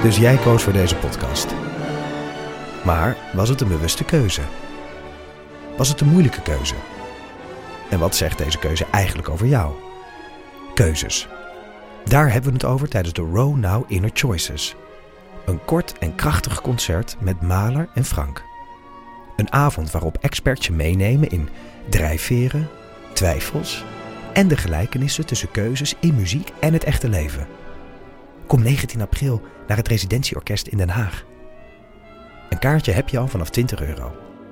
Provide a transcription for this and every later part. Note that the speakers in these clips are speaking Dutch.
Dus jij koos voor deze podcast. Maar was het een bewuste keuze? Was het een moeilijke keuze? En wat zegt deze keuze eigenlijk over jou? Keuzes. Daar hebben we het over tijdens de Row Now Inner Choices. Een kort en krachtig concert met Mahler en Frank. Een avond waarop experts je meenemen in drijfveren, twijfels en de gelijkenissen tussen keuzes in muziek en het echte leven. Kom 19 april naar het Residentieorkest in Den Haag. Een kaartje heb je al vanaf €20.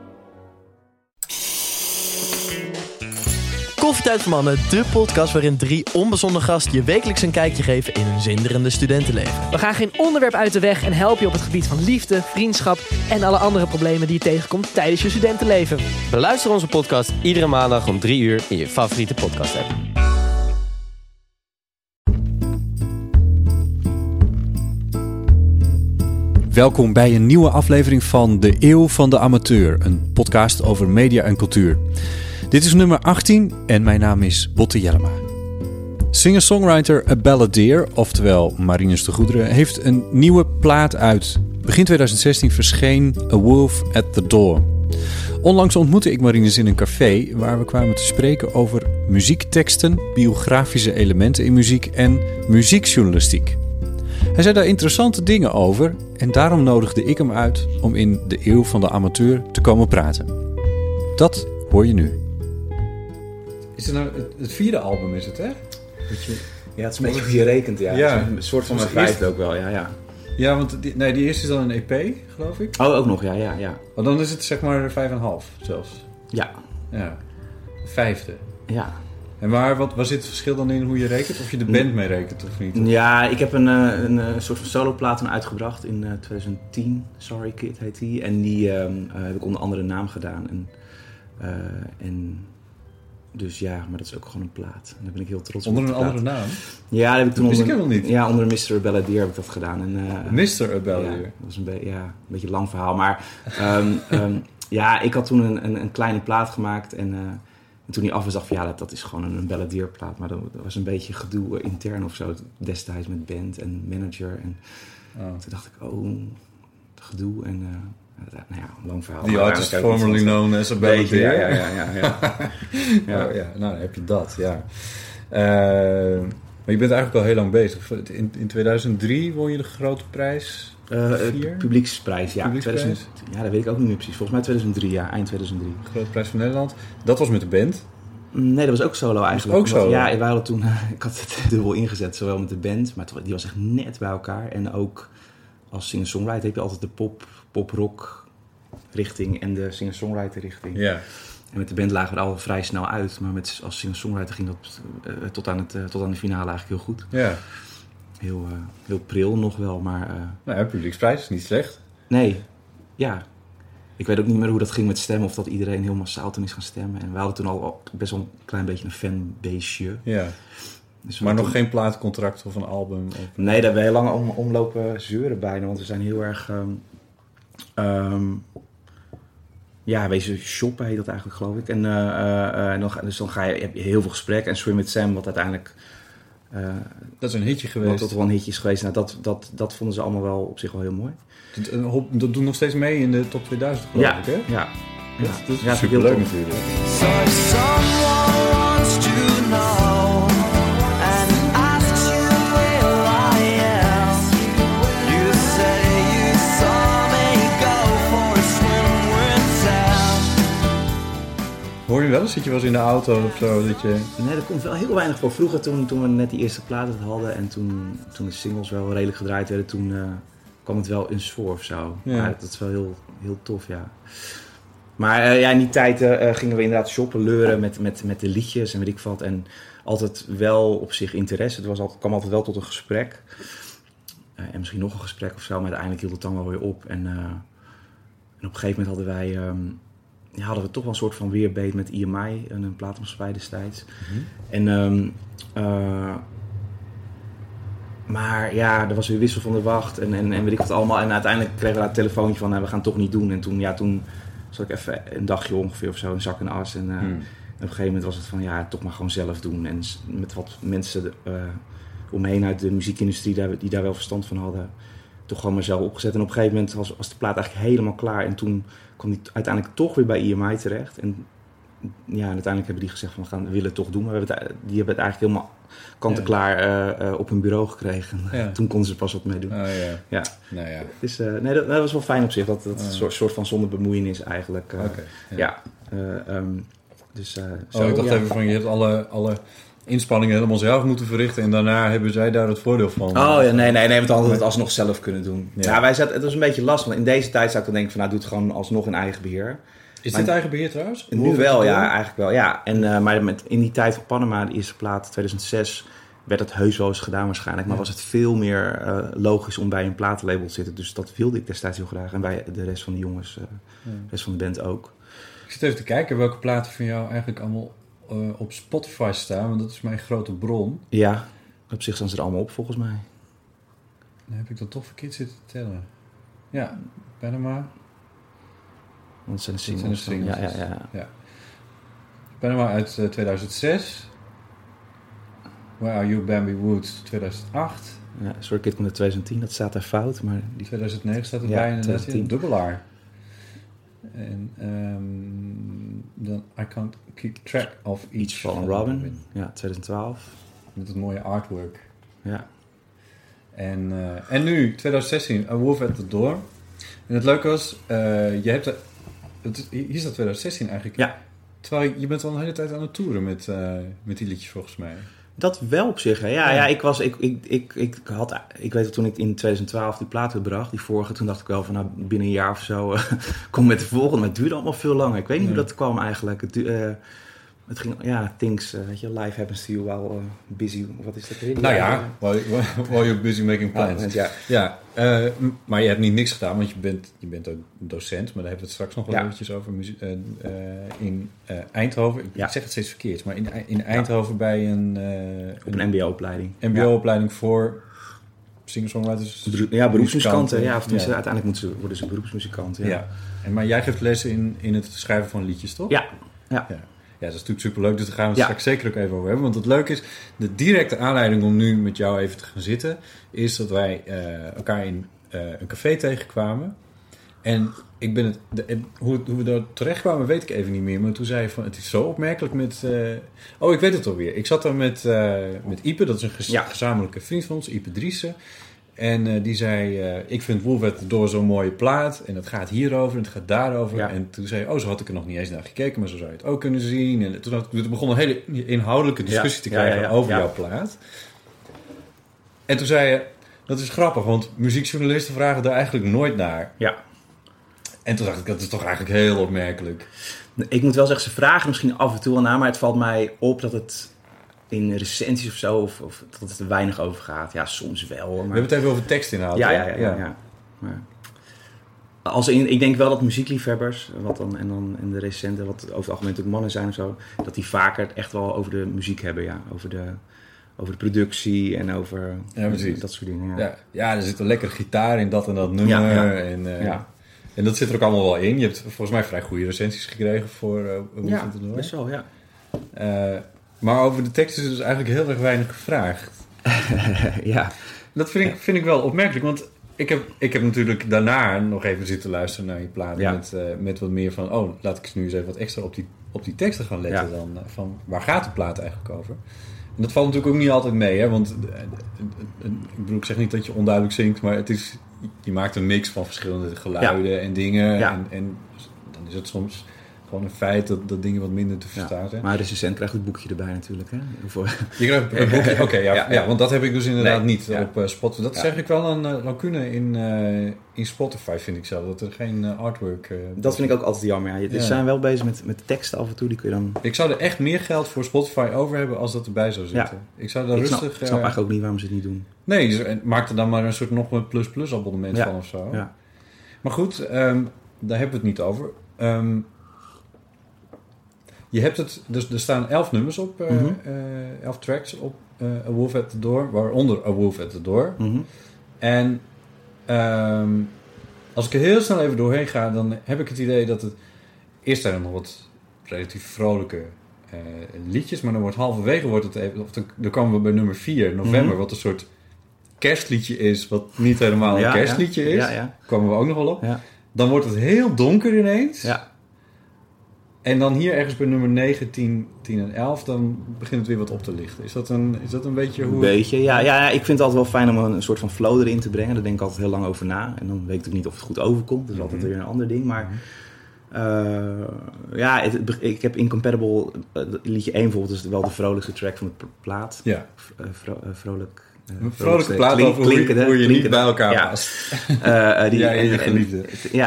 Koffietijd voor Mannen, de podcast waarin 3 onbezonnen gasten je wekelijks een kijkje geven in hun zinderende studentenleven. We gaan geen onderwerp uit de weg en helpen je op het gebied van liefde, vriendschap en alle andere problemen die je tegenkomt tijdens je studentenleven. Beluister onze podcast iedere maandag om 3 uur in je favoriete podcast app. Welkom bij een nieuwe aflevering van De Eeuw van de Amateur, een podcast over media en cultuur. Dit is nummer 18 en mijn naam is Botte Jellema. Singer-songwriter A Balladeer, oftewel Marinus de Goederen, heeft een nieuwe plaat uit. Begin 2016 verscheen A Wolf at the Door. Onlangs ontmoette ik Marinus in een café waar we kwamen te spreken over muziekteksten, biografische elementen in muziek en muziekjournalistiek. Hij zei daar interessante dingen over en daarom nodigde ik hem uit om in De Eeuw van de Amateur te komen praten. Dat hoor je nu. Is het nou het 4e album, is het, hè? Ja, het is een beetje hoe je rekent, ja. Ja. Een soort van mijn 5e ook wel, ja. Ja, want die eerste is dan een EP, geloof ik. Oh, ook nog, ja. Want dan is het zeg maar 5,5 zelfs. Ja. Ja. 5e. Ja. En waar zit het verschil dan in hoe je rekent? Of je de band mee rekent of niet? Ja, ik heb een soort van soloplaat uitgebracht in 2010. Sorry Kid heet die. En die heb ik onder andere naam gedaan. En dus ja, maar dat is ook gewoon een plaat. En daar ben ik heel trots op. Onder een andere naam? Ja, dat heb ik toen wist ik helemaal niet. Ja, onder Mr. Balladeer heb ik dat gedaan. Mr. Balladeer? Ja, dat was een beetje een lang verhaal. Maar ja, ik had toen een kleine plaat gemaakt. En toen die af was, dacht ik van ja, dat is gewoon een balladeerplaat. Maar dat was een beetje gedoe intern of zo. Destijds met band en manager. En toen dacht ik, gedoe. En nou ja, een lang verhaal. The artist formerly known as a balladeer. Ja. Ja, nou dan heb je dat, ja. Maar je bent eigenlijk al heel lang bezig. In 2003 won je de grote prijs. Publieksprijs, ja. Publieksprijs? Ja, dat weet ik ook niet meer precies. Volgens mij 2003, ja, eind 2003. Grote prijs van Nederland. Dat was met de band? Nee, dat was ook solo eigenlijk. Ook solo? Ja, we hadden toen, ik had het dubbel ingezet, zowel met de band, maar die was echt net bij elkaar. En ook als singer-songwriter heb je altijd de pop-rock richting en de singer-songwriter richting. Ja. En met de band lagen we er al vrij snel uit, maar als singer-songwriter ging dat tot aan de finale eigenlijk heel goed. Ja. Heel pril nog wel, maar... Nou ja, publieksprijs is niet slecht. Nee, ja. Ik weet ook niet meer hoe dat ging met stemmen, of dat iedereen heel massaal toen is gaan stemmen. En we hadden toen al best wel een klein beetje een fanbaseje. Ja. Dus maar nog geen plaatcontract of een album? Nee, daar hebben we heel lang omlopen zeuren bijna, want we zijn heel erg... wezen shoppen heet dat eigenlijk, geloof ik. Dus dan heb je heel veel gesprekken. En Swim with Sam, wat uiteindelijk... dat is een hitje geweest. Wat tot wel een hitje is geweest. Nou, dat vonden ze allemaal wel op zich wel heel mooi. Dat doet nog steeds mee in de top 2000, geloof ik, hè? Ja. Dat is superleuk natuurlijk. Hoor je wel eens? Zit je wel eens in de auto of zo? Nee, dat komt wel heel weinig voor. Vroeger toen we net die eerste platen hadden en toen de singles wel redelijk gedraaid werden, toen kwam het wel eens voor of zo. Ja. Maar dat is wel heel, heel tof, ja. Maar in die tijd gingen we inderdaad shoppen, leuren met de liedjes en weet ik wat. En altijd wel op zich interesse. Het kwam altijd wel tot een gesprek. En misschien nog een gesprek of zo, maar uiteindelijk hield het dan wel weer op. En op een gegeven moment hadden we toch wel een soort van weerbeet met EMI, een platenmaatschappij destijds. Mm-hmm. Maar ja, er was weer wissel van de wacht en weet ik wat allemaal. En uiteindelijk kregen we daar een telefoontje van, we gaan het toch niet doen. En toen zat ik even een dagje ongeveer of zo in zak en as. En op een gegeven moment was het van, toch maar gewoon zelf doen. En met wat mensen om me heen uit de muziekindustrie die daar wel verstand van hadden, toch gewoon mezelf opgezet. En op een gegeven moment was de plaat eigenlijk helemaal klaar. En toen kwam die uiteindelijk toch weer bij EMI terecht. En ja, uiteindelijk hebben die gezegd van we willen het toch doen. Maar die hebben het eigenlijk helemaal kant-en-klaar op hun bureau gekregen. Ja. Toen konden ze pas wat mee doen. Oh, ja. Ja. Nou ja. Dus dat was wel fijn op zich. Dat een soort van zonder bemoeienis eigenlijk. Dus ik dacht even van, je hebt alle inspanningen helemaal zelf moeten verrichten en daarna hebben zij daar het voordeel van. Oh ja, nee, want dan hadden we het alsnog zelf kunnen doen. Ja. Ja, het was een beetje lastig, want in deze tijd zou ik dan denken van, doe het gewoon alsnog in eigen beheer. Is dit eigen beheer trouwens? Nu wel, ja, eigenlijk wel, ja. En, maar in die tijd van Panama, de eerste plaat, 2006, werd het heus wel eens gedaan waarschijnlijk, maar was het veel meer logisch om bij een platenlabel te zitten. Dus dat wilde ik destijds heel graag en bij de rest van de jongens, de rest van de band ook. Ik zit even te kijken welke platen van jou eigenlijk allemaal op Spotify staan, want dat is mijn grote bron. Ja, op zich staan ze er allemaal op volgens mij. Dan heb ik dat toch verkeerd zitten te tellen. Ja, Panama. Want het zijn de singles. Ja. Panama uit 2006. Where Are You, Bambi Woods, 2008. Ja, Sorry Kid komt uit 2010, dat staat daar fout. Maar die 2009 staat erbij en dat is een dubbelaar. En dan I Can't Keep Track of Each Fallen Robin. Ja, 2012. Met het mooie artwork. Ja. En nu, 2016, A Wolf at the Door. En het leuke was, je hebt hier staat 2016 eigenlijk. Ja. Terwijl je bent al een hele tijd aan het toeren met die liedjes volgens mij. Dat wel op zich, hè. Ja, ik weet dat toen ik in 2012 die plaat bracht, die vorige, toen dacht ik wel van binnen een jaar of zo kom met de volgende. Maar het duurde allemaal veel langer. Ik weet niet hoe dat kwam eigenlijk. Het ging, things, weet je, life happens to you while busy, wat is dat? Nou ja, while you're busy making plans. Maar je hebt niet niks gedaan, want je bent ook docent, maar daar hebben we het straks nog wel eventjes over in Eindhoven. Ik zeg het steeds verkeerd, maar in Eindhoven bij een mbo-opleiding. Mbo-opleiding voor singer-songwriters. Beroepsmuzikanten. Ja, of uiteindelijk worden ze beroepsmuzikanten. Ja. Maar jij geeft lessen in het schrijven van liedjes, toch? Ja. Ja, dat is natuurlijk superleuk, dus daar gaan we het straks zeker ook even over hebben. Want het leuke is, de directe aanleiding om nu met jou even te gaan zitten, is dat wij elkaar in een café tegenkwamen. En ik ben hoe we daar terecht kwamen, weet ik even niet meer. Maar toen zei je van, het is zo opmerkelijk met... ik weet het alweer. Ik zat daar met Ipe, dat is een gezamenlijke vriend van ons, Ipe Driessen. En die zei, ik vind Wolf at the Door zo'n mooie plaat. En het gaat hierover en het gaat daarover. Ja. En toen zei hij, zo had ik er nog niet eens naar gekeken. Maar zo zou je het ook kunnen zien. En toen begon een hele inhoudelijke discussie te krijgen over jouw plaat. En toen zei je, dat is grappig. Want muziekjournalisten vragen daar eigenlijk nooit naar. Ja. En toen dacht ik, dat is toch eigenlijk heel opmerkelijk. Ik moet wel zeggen, ze vragen misschien af en toe wel naar. Maar het valt mij op dat het in recensies of zo, of dat het er weinig over gaat. Ja, soms wel. Maar... We hebben het even over tekstinhoud. Ja. Maar ik denk wel dat muziekliefhebbers, en de recensenten, wat over het algemeen ook mannen zijn of zo, dat die vaker het echt wel over de muziek hebben, ja. Over de productie en over dat soort dingen. Ja, er zit een lekkere gitaar in dat en dat nummer. En dat zit er ook allemaal wel in. Je hebt volgens mij vrij goede recensies gekregen voor ja, best wel, ja. Maar over de tekst is dus eigenlijk heel erg weinig gevraagd. Ja. Dat vind ik wel opmerkelijk, want ik heb natuurlijk daarna nog even zitten luisteren naar je plaat met wat meer van, laat ik nu eens even wat extra op die teksten gaan letten dan van waar gaat de plaat eigenlijk over? En dat valt natuurlijk ook niet altijd mee, hè, want ik bedoel, ik zeg niet dat je onduidelijk zingt, maar je maakt een mix van verschillende geluiden en dingen en dan is het soms gewoon een feit dat dingen wat minder te verstaan zijn. Maar de recensent krijgt het boekje erbij natuurlijk. Hè? Je krijgt een boekje? Oké, want dat heb ik dus inderdaad niet op Spotify. Dat is eigenlijk wel een lacune in Spotify, vind ik zelf. Dat er geen artwork... dat vind ik ook altijd jammer. Ja. Ze zijn wel bezig met teksten af en toe. Die kun je dan... Ik zou er echt meer geld voor Spotify over hebben als dat erbij zou zitten. Ja. Ik zou daar rustig... Ik snap eigenlijk ook niet waarom ze het niet doen. Nee, dus maak er dan maar een soort nog een plus abonnement van of zo. Ja. Maar goed, daar hebben we het niet over. Je hebt het, dus er staan 11 nummers op, 11 tracks op A Wolf at the Door, waaronder A Wolf at the Door. Mm-hmm. En als ik er heel snel even doorheen ga, dan heb ik het idee dat het... Eerst zijn er nog wat relatief vrolijke liedjes, maar dan wordt halverwege dan komen we bij nummer 4, November, wat een soort kerstliedje is, wat niet helemaal een kerstliedje is. Ja. Komen we ook nog wel op. Ja. Dan wordt het heel donker ineens. Ja. En dan hier ergens bij nummer 9, 10 en 11, dan begint het weer wat op te lichten. Is dat een beetje hoe... Een beetje, ja. Ik vind het altijd wel fijn om een soort van flow erin te brengen. Daar denk ik altijd heel lang over na. En dan weet ik ook niet of het goed overkomt. Dat is altijd weer een ander ding. Maar ik heb Incompatible, liedje 1 bijvoorbeeld, is wel de vrolijkste track van de plaat. Ja. Vrolijk. Een vrolijke plaat over hoe je niet bij elkaar past. Jij en je geliefde.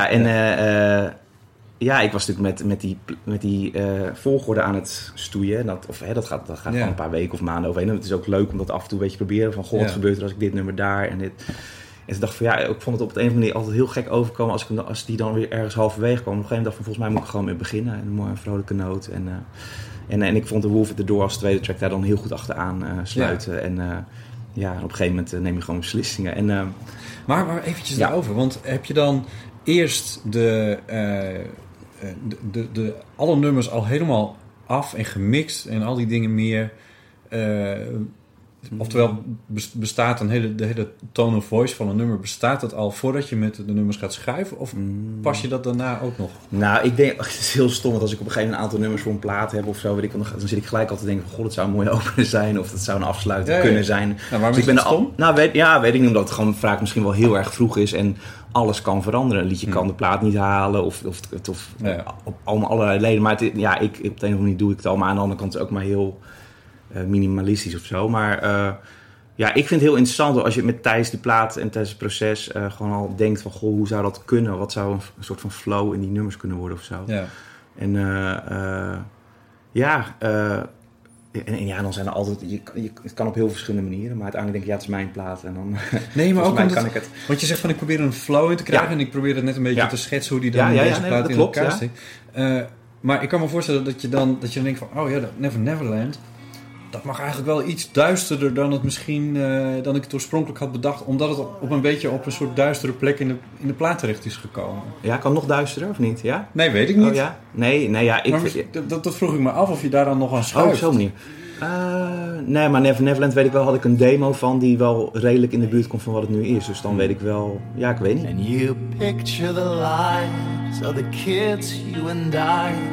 Ik was natuurlijk met die volgorde aan het stoeien. Dat gaat van een paar weken of maanden overheen. En het is ook leuk om dat af en toe een beetje proberen. Van, wat gebeurt er als ik dit nummer daar en dit... En toen dacht ik van, ik vond het op de een of andere manier altijd heel gek overkomen als die dan weer ergens halverwege kwam. Op een gegeven moment dacht ik van, volgens mij moet ik gewoon mee beginnen. En een mooie vrolijke noot. En ik vond de Wolf at the Door als tweede track daar dan heel goed achteraan sluiten. Ja. En op een gegeven moment neem je gewoon beslissingen. En, maar eventjes daarover, want heb je dan eerst alle nummers al helemaal af en gemixt en al die dingen meer... Oftewel, bestaat de hele tone of voice van een nummer, bestaat dat al voordat je met de nummers gaat schuiven? Of pas je dat daarna ook nog? Nou, ik denk, het is heel stom, want als ik op een gegeven moment een aantal nummers voor een plaat heb of zo, dan zit ik gelijk altijd te denken van, god, het zou een mooie opener zijn, of dat zou een afsluiter kunnen zijn. Nou, waarom dus is dat stom? Weet ik niet, omdat het gewoon vaak misschien wel heel erg vroeg is en alles kan veranderen. Een liedje kan de plaat niet halen of op allerlei leden. Maar op de een of andere manier doe ik het al, maar aan de andere kant is het ook maar heel... minimalistisch of zo. Maar ik vind het heel interessant als je tijdens die plaat en tijdens het proces gewoon al denkt van, goh, hoe zou dat kunnen? Wat zou een soort van flow in die nummers kunnen worden of zo? Ja. En dan zijn er altijd... Het kan op heel verschillende manieren, maar uiteindelijk denk ik, het is mijn plaat. En dan nee, maar ook kan ik het... Want je zegt van, ik probeer een flow in te krijgen en ik probeer het net een beetje te schetsen hoe die dan in deze plaat in elkaar steekt. Maar ik kan me voorstellen dat je dan denkt van, dat Neverland... Dat mag eigenlijk wel iets duisterder dan het misschien dan ik het oorspronkelijk had bedacht, omdat het op een soort duistere plek in de plaat terecht is gekomen. Ja, kan nog duisterder of niet? Ja? Nee, weet ik niet. Oh, ja? Nee, dat vroeg ik me af of je daar dan nog aan schuift. Oh, zo niet. Nee, maar Neverland weet ik wel, had ik een demo van die wel redelijk in de buurt komt van wat het nu is. Dus dan weet ik wel, ik weet niet. And you picture the lives of the kids you and I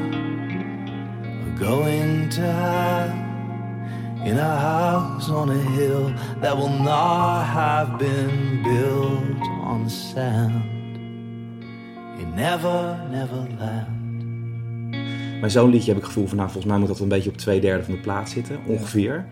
are going to have. In a house on a hill that will not have been built on sand. In Neverland. Bij zo'n liedje heb ik het gevoel van, volgens mij moet dat een beetje op 2/3 van de plaat zitten, ongeveer.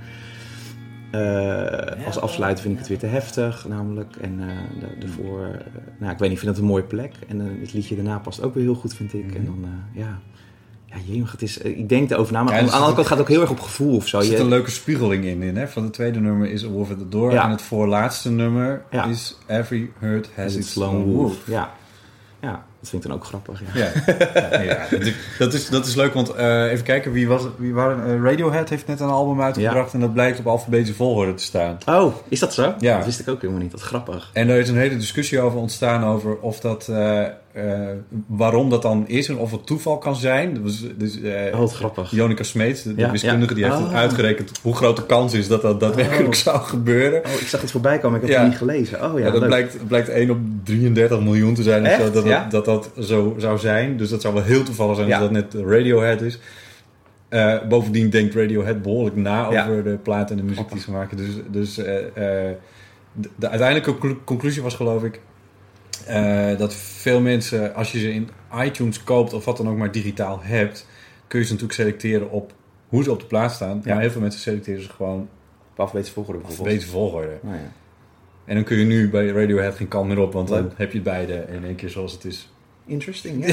Als afsluiter vind ik het weer te heftig, namelijk. En daarvoor, ik weet niet, ik vind het een mooie plek. En het liedje daarna past ook weer heel goed, vind ik. En dan, het is, ik denk erover na, maar aan de andere kant gaat het ook heel erg op gevoel of zo. Er zit een leuke spiegeling in hè? Van het tweede nummer is A Wolf at the Door en het voorlaatste nummer is Every Hurt Has Its Lone Wolf. Ja, dat vind ik dan ook grappig. Dat is leuk, want even kijken, wie waren Radiohead heeft net een album uitgebracht en dat blijkt op alfabetische volgorde te staan. Oh, is dat zo? Ja. Dat wist ik ook helemaal niet, dat is grappig. En er is een hele discussie over ontstaan over of dat... waarom dat dan is en of het toeval kan zijn. Wat grappig. Jonica Smeets, de wiskundige, die heeft uitgerekend hoe groot de kans is dat daadwerkelijk zou gebeuren. Oh, ik zag het voorbij komen, ik heb het niet gelezen. Dat blijkt 1 op 33 miljoen te zijn. Echt? Dat zo zou zijn. Dus dat zou wel heel toevallig zijn dat dat net Radiohead is. Bovendien denkt Radiohead behoorlijk na over de plaat en de muziek die ze maken. Dus de uiteindelijke conclusie was, geloof ik, dat veel mensen, als je ze in iTunes koopt of wat dan ook maar digitaal hebt, kun je ze natuurlijk selecteren op hoe ze op de plaat staan. Ja. Maar heel veel mensen selecteren ze gewoon op alfabetische volgorde. Nou ja. En dan kun je nu bij Radiohead geen kant meer op, want dan heb je het beide in één keer zoals het is. Interesting,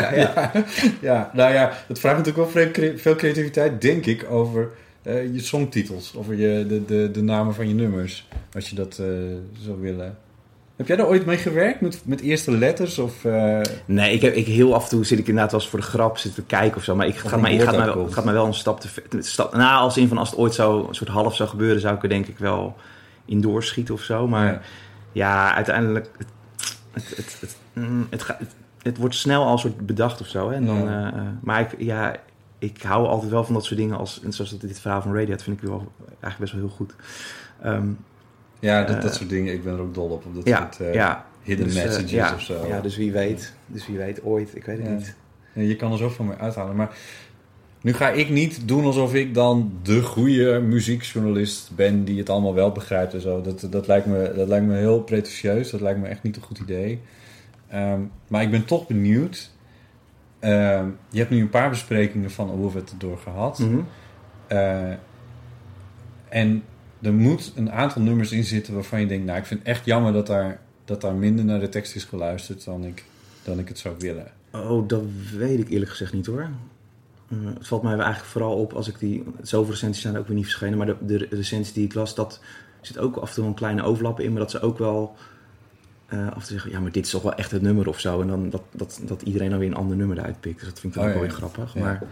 het vraagt natuurlijk wel veel creativiteit, denk ik, over je songtitels, over de namen van je nummers, als je dat zou willen. Heb jij daar ooit mee gewerkt met eerste letters? Of, Nee, ik heel af en toe zit ik inderdaad wel eens voor de grap zitten kijken of zo. Maar het gaat mij wel een stap als in van als het ooit zo een soort half zou gebeuren, zou ik er denk ik wel in doorschieten of zo. Maar uiteindelijk het wordt snel al een soort bedacht of zo. Hè? En dan, maar ik hou altijd wel van dat soort dingen zoals dit verhaal van Radiohead vind ik wel eigenlijk best wel heel goed. Ja, dat soort dingen. Ik ben er ook dol op dat soort hidden messages of zo. Ja, dus wie weet ooit. Ik weet het niet. Ja, je kan er zoveel mee uithalen. Maar nu ga ik niet doen alsof ik dan de goede muziekjournalist ben die het allemaal wel begrijpt en zo. Dat lijkt me heel pretentieus. Dat lijkt me echt niet een goed idee. Maar ik ben toch benieuwd. Je hebt nu een paar besprekingen van Wolfert erdoor gehad. Mm-hmm. En er moet een aantal nummers in zitten waarvan je denkt... nou, ik vind het echt jammer dat daar minder naar de tekst is geluisterd dan ik het zou willen. Oh, dat weet ik eerlijk gezegd niet hoor. Het valt mij eigenlijk vooral op als ik die... Zoveel recensies zijn er ook weer niet verschenen. Maar de recensies die ik las, dat zit ook af en toe een kleine overlappen in. Maar dat ze ook wel af en toe zeggen... ja, maar dit is toch wel echt het nummer of zo. En dan dat iedereen dan weer een ander nummer eruit pikt. Dus dat vind ik ook wel weer grappig. Ja. Maar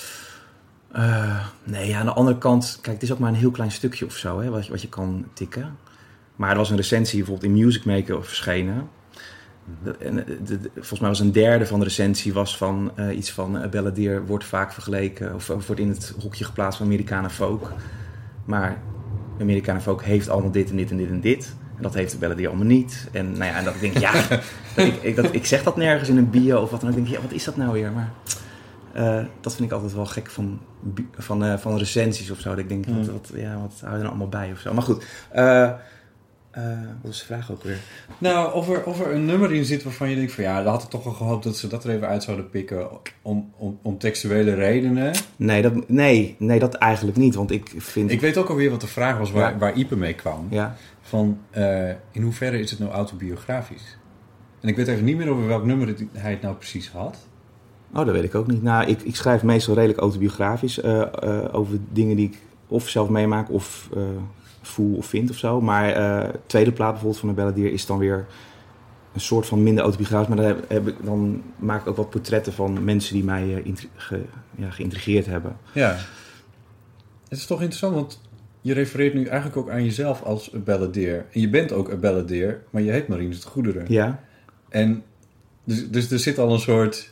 aan de andere kant... Kijk, het is ook maar een heel klein stukje of zo, hè, wat je kan tikken. Maar er was een recensie bijvoorbeeld in Music Maker verschenen... Volgens mij was een derde van de recensie was van iets van Balladeer wordt vaak vergeleken of wordt in het hokje geplaatst van Americana Folk. Maar Americana Folk heeft allemaal dit en dit en dit en dit. En dat heeft de Balladeer allemaal niet. En nou ja, en dat ik denk, ik zeg dat nergens in een bio of wat dan ook. Ik denk, ja, wat is dat nou weer? Maar dat vind ik altijd wel gek van recensies of zo. Dat ik denk, wat hou je er nou allemaal bij of zo. Maar goed, wat is de vraag ook weer? Nou, of er een nummer in zit waarvan je denkt van... ja, dan had ik toch wel gehoopt dat ze dat er even uit zouden pikken... om textuele redenen. Nee, dat eigenlijk niet, want ik vind... Ik weet ook alweer wat de vraag was waar Ipe mee kwam. Ja. Van, in hoeverre is het nou autobiografisch? En ik weet even niet meer over welk nummer hij het nou precies had. Oh, dat weet ik ook niet. Nou, ik schrijf meestal redelijk autobiografisch... over dingen die ik of zelf meemaak of... voel of vind of zo. Maar tweede plaat bijvoorbeeld van de Balladeer is dan weer een soort van minder autobiografisch. Maar dan maak ik ook wat portretten van mensen die mij geïntrigeerd hebben. Ja. Het is toch interessant, want je refereert nu eigenlijk ook aan jezelf als een Balladeer. En je bent ook een Balladeer, maar je heet Marinus de Goederen. Ja. En dus er zit al een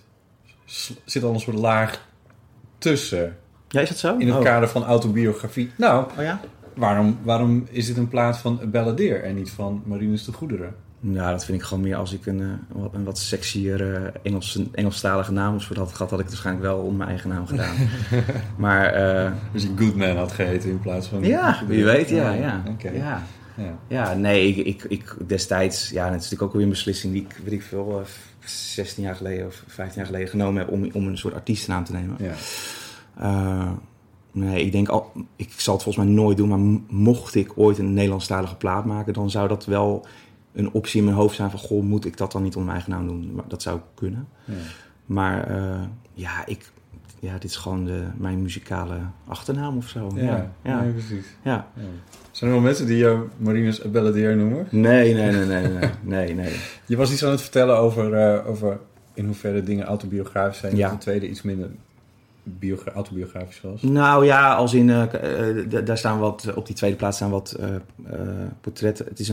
soort laag tussen. Ja, is dat zo? In het kader van autobiografie. Nou, ja? Waarom is dit een plaat van Balladeer en niet van Marinus de Goederen? Nou, dat vind ik gewoon meer als ik een wat sexier Engelstalige naam was voor dat gehad, had ik het waarschijnlijk wel onder mijn eigen naam gedaan. Maar dus je Goodman had geheten in plaats van... Ja, wie weet, ja. Okay. Ja, nee, ik destijds... Ja, het is natuurlijk ook weer een beslissing die ik, weet ik veel, 16 jaar geleden of 15 jaar geleden genomen heb om een soort artiestennaam te nemen. Ja. Nee, ik zal het volgens mij nooit doen, maar mocht ik ooit een Nederlandstalige plaat maken, dan zou dat wel een optie in mijn hoofd zijn van, goh, moet ik dat dan niet onder mijn eigen naam doen? Maar dat zou kunnen. Ja. Maar dit is gewoon mijn muzikale achternaam of zo. Ja, precies. Ja. Zijn er wel mensen die jou Marinus Balladeer noemen? Nee. Je was iets aan het vertellen over in hoeverre dingen autobiografisch zijn. Ja. De tweede iets minder autobiografisch was. Nou ja, als in daar staan wat op die tweede plaats staan wat portretten. Het is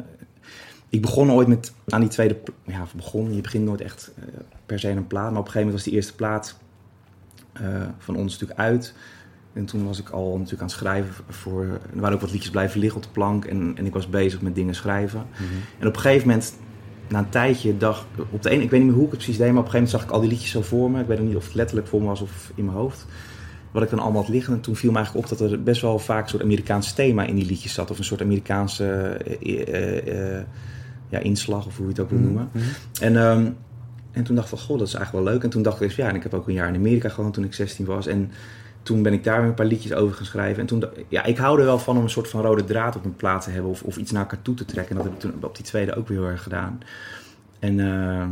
ik begon ooit aan die tweede. Ja, je begint nooit echt per se een plaat, maar op een gegeven moment was die eerste plaat van ons natuurlijk uit. En toen was ik al natuurlijk aan het schrijven er waren ook wat liedjes blijven liggen op de plank en ik was bezig met dingen schrijven. Mm-hmm. En op een gegeven moment, na een tijdje, ik weet niet meer hoe ik het precies deed, maar op een gegeven moment zag ik al die liedjes zo voor me. Ik weet nog niet of het letterlijk voor me was of in mijn hoofd. Wat ik dan allemaal had liggen. En toen viel me eigenlijk op dat er best wel vaak een soort Amerikaans thema in die liedjes zat. Of een soort Amerikaanse inslag, of hoe je het ook wil noemen. Mm-hmm. En toen dacht ik van, goh, dat is eigenlijk wel leuk. En toen dacht ik, en ik heb ook een jaar in Amerika gewoond toen ik 16 was. En toen ben ik daar weer een paar liedjes over gaan schrijven. En toen, ik hou er wel van om een soort van rode draad op een plaat te hebben. Of iets naar elkaar toe te trekken. En dat heb ik toen op die tweede ook weer heel erg gedaan. En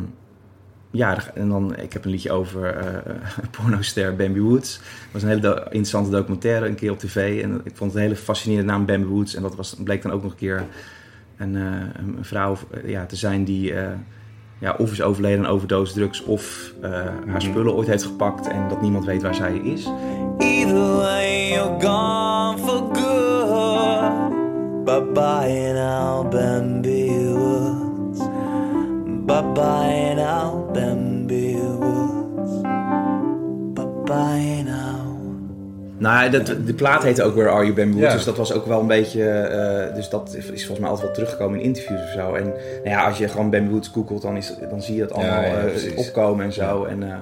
ik heb een liedje over pornoster Bambi Woods. Dat was een hele interessante documentaire een keer op tv. En ik vond het een hele fascinerende naam, Bambi Woods. En dat bleek dan ook nog een keer een vrouw te zijn die of is overleden aan overdosis drugs of haar spullen ooit heeft gepakt en dat niemand weet waar zij is. Either way you're gone for good. Bye-bye now, Bambi Woods. Bye-bye now, Bambi Woods. Bye-bye now. Nou, de plaat heette ook Where Are You Bamboo Woods, Ja. dus dat was ook wel een beetje... dus dat is volgens mij altijd wel teruggekomen in interviews of zo. En nou ja, als je gewoon Bamboo Woods googelt, dan zie je dat allemaal precies. opkomen en zo.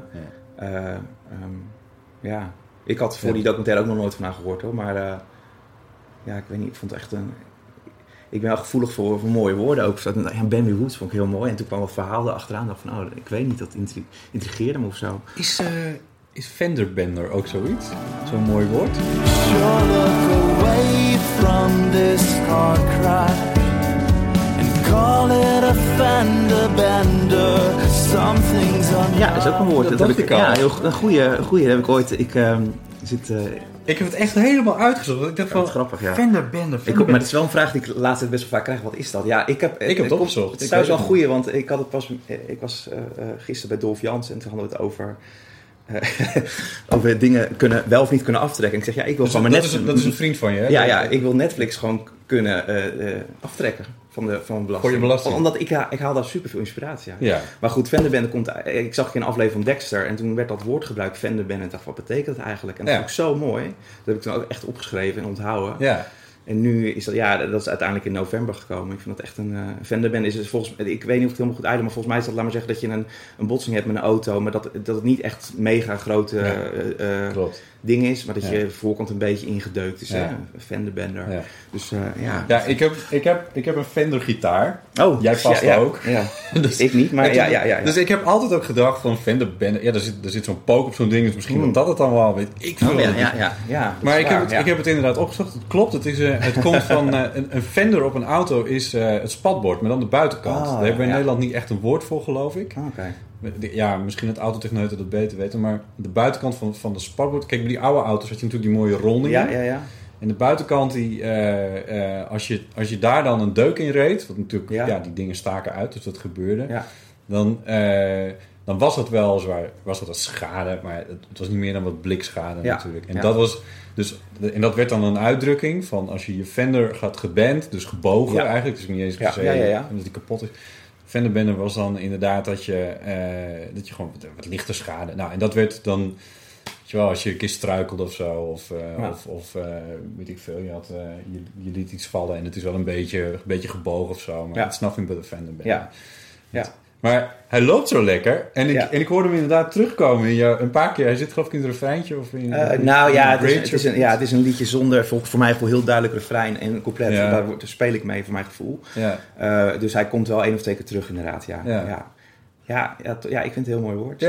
En ik had voor die documentaire ook nog nooit van haar gehoord hoor, maar ik weet niet, ik vond het echt ik ben wel gevoelig voor mooie woorden ook. Bamboo Woods vond ik heel mooi. En toen kwam een verhaal erachteraan. Dacht van, ik weet niet, dat intrigeerde me of zo. Is fenderbender ook zoiets? Zo'n mooi woord? Sure look away from this car crash and call it a fender bender. Something's on. Ja, dat is ook een woord. Dat heb dacht ik ik al. Ja, een goeie heb ik ooit. Ik heb het echt helemaal uitgezocht. Ik dacht van, grappig, ja. fenderbender. Maar het is wel een vraag die ik de laatste tijd best wel vaak krijg. Wat is dat? Ja, ik heb het opgezocht. Het is trouwens wel een goeie, want ik was gisteren bij Dolf Jansen en toen hadden we het over dingen wel of niet kunnen aftrekken. En ik zeg, ik wil Dus gewoon dat is een vriend van je, hè? Ja, ik wil Netflix gewoon kunnen aftrekken van belasting. Voor je belasting. Omdat ik haal daar super veel inspiratie uit. Ja. Maar goed, fenderbender komt... Ik zag een aflevering van Dexter en toen werd dat woord gebruikt, fenderbender. En ik dacht, wat betekent dat eigenlijk? En dat vond ik zo mooi. Dat heb ik toen ook echt opgeschreven en onthouden. Ja. En nu is dat is uiteindelijk in november gekomen. Ik vind dat echt een fenderbender. Ik weet niet of het helemaal goed uitkomt, maar volgens mij is dat, laat maar zeggen, dat je een botsing hebt met een auto, maar dat het niet echt mega grote ding is, maar dat je voorkant een beetje ingedeukt is. Een fenderbender. Ja. Dus Ja, ik heb een Fender gitaar. Oh, jij past ook. Ja. Dus, ik niet, maar ja. Dus ik heb altijd ook gedacht van Fender bender. Ja, er zit zo'n pook op zo'n ding, dus misschien dat het dan wel weet. Ik veel maar ik heb het inderdaad opgezocht. Het klopt. Het komt van een Fender op een auto is het spatbord, maar dan de buitenkant. Daar hebben we in Nederland niet echt een woord voor, geloof ik. Okay. Ja, misschien het autotechneuten dat beter weten, maar de buitenkant van de spatbord. Kijk, bij die oude auto's had je natuurlijk die mooie rondingen. Ja. En de buitenkant, als je daar dan een deuk in reed, wat natuurlijk, die dingen staken uit, dus dat gebeurde. Ja. Dan was het wel zwaar, was dat een schade, maar het was niet meer dan wat blikschade natuurlijk. En dat werd dan een uitdrukking van als je Fender gaat geband, dus gebogen eigenlijk, dus niet eens per se omdat die kapot is. Fenderbender was dan inderdaad dat je gewoon wat lichte schade. Nou, en dat werd dan, weet je wel, als je een keer struikelde of zo, of weet ik veel, je liet iets vallen en het is wel een beetje gebogen of zo, maar it's nothing but a Fenderbender. Ja. Maar hij loopt zo lekker. En ik hoorde hem inderdaad terugkomen een paar keer. Hij zit geloof ik in het refreintje of in... het is een liedje zonder, voor mij heel duidelijk refrein en couplet. Ja. Daar speel ik mee voor mijn gevoel. Ja. Dus hij komt wel 1 of 2 keer terug inderdaad. Ja, ik vind het een heel mooi woord. Ja,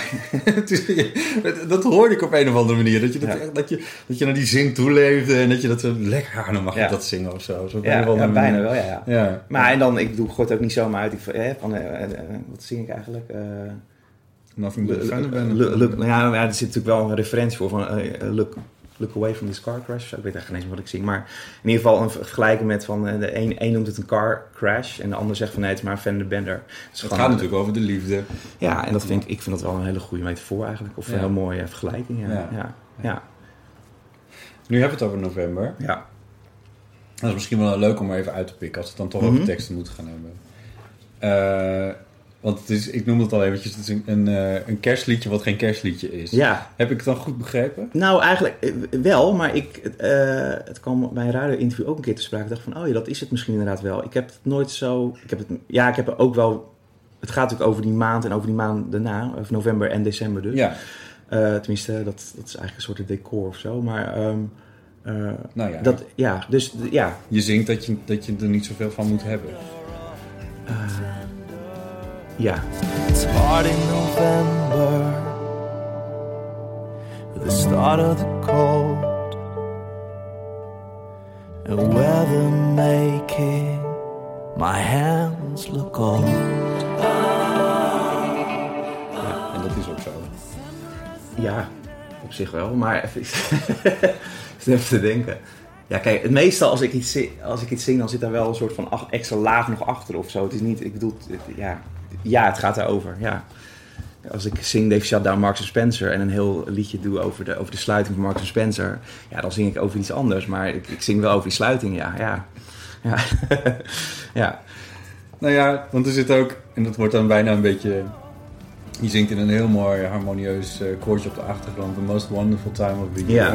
dat hoorde ik op een of andere manier. Dat je naar die zin toeleefde en dat je dat zo lekker aan mag dat zingen of zo. Bijna wel, ja. Maar en dan, ik gooi het ook niet zomaar uit. Wat zing ik eigenlijk? Nothing but a Fenderbender. Er zit natuurlijk wel een referentie voor van Look Away from this Car Crash. Ik weet echt geen eens wat ik zing. Maar in ieder geval een vergelijking met van de een noemt het een car crash en de ander zegt van nee, het is maar een fenderbender. Dus het gaat natuurlijk over de liefde. Ja, en ik vind dat wel een hele goede metafoor eigenlijk. Of een heel mooie vergelijking. Ja. Nu hebben we het over november. Ja. Dat is misschien wel leuk om er even uit te pikken als we het dan toch over teksten moeten gaan hebben. Want het is, ik noem het al eventjes, het is een kerstliedje wat geen kerstliedje is. Ja. Heb ik het dan goed begrepen? Nou, eigenlijk wel, maar het kwam bij een radio-interview ook een keer te sprake. Ik dacht van, dat is het misschien inderdaad wel. Ik heb het nooit zo... Ik heb er ook wel... Het gaat natuurlijk over die maand en over die maand daarna, over november en december dus. Ja. Tenminste, dat is eigenlijk een soort decor of zo, maar... Je zingt dat je er niet zoveel van moet hebben. Ja. It's hard in November, the start of the cold, and weather making my hands look old. Ja, en dat is ook zo. Ja, op zich wel, maar even te denken. Ja, kijk, meestal als ik iets zing, dan zit daar wel een soort van extra laag nog achter of zo. Het is niet, ik bedoel, ja, het gaat daarover, ja. Als ik zing They've Shut Down Marks & Spencer en een heel liedje doe over de sluiting van Marks & Spencer, ja, dan zing ik over iets anders. Maar ik zing wel over die sluiting, ja. Ja. Nou ja, want er zit ook, en dat wordt dan bijna een beetje Je zingt in een heel mooi harmonieus koortje op de achtergrond. The most wonderful time of the year. Ja.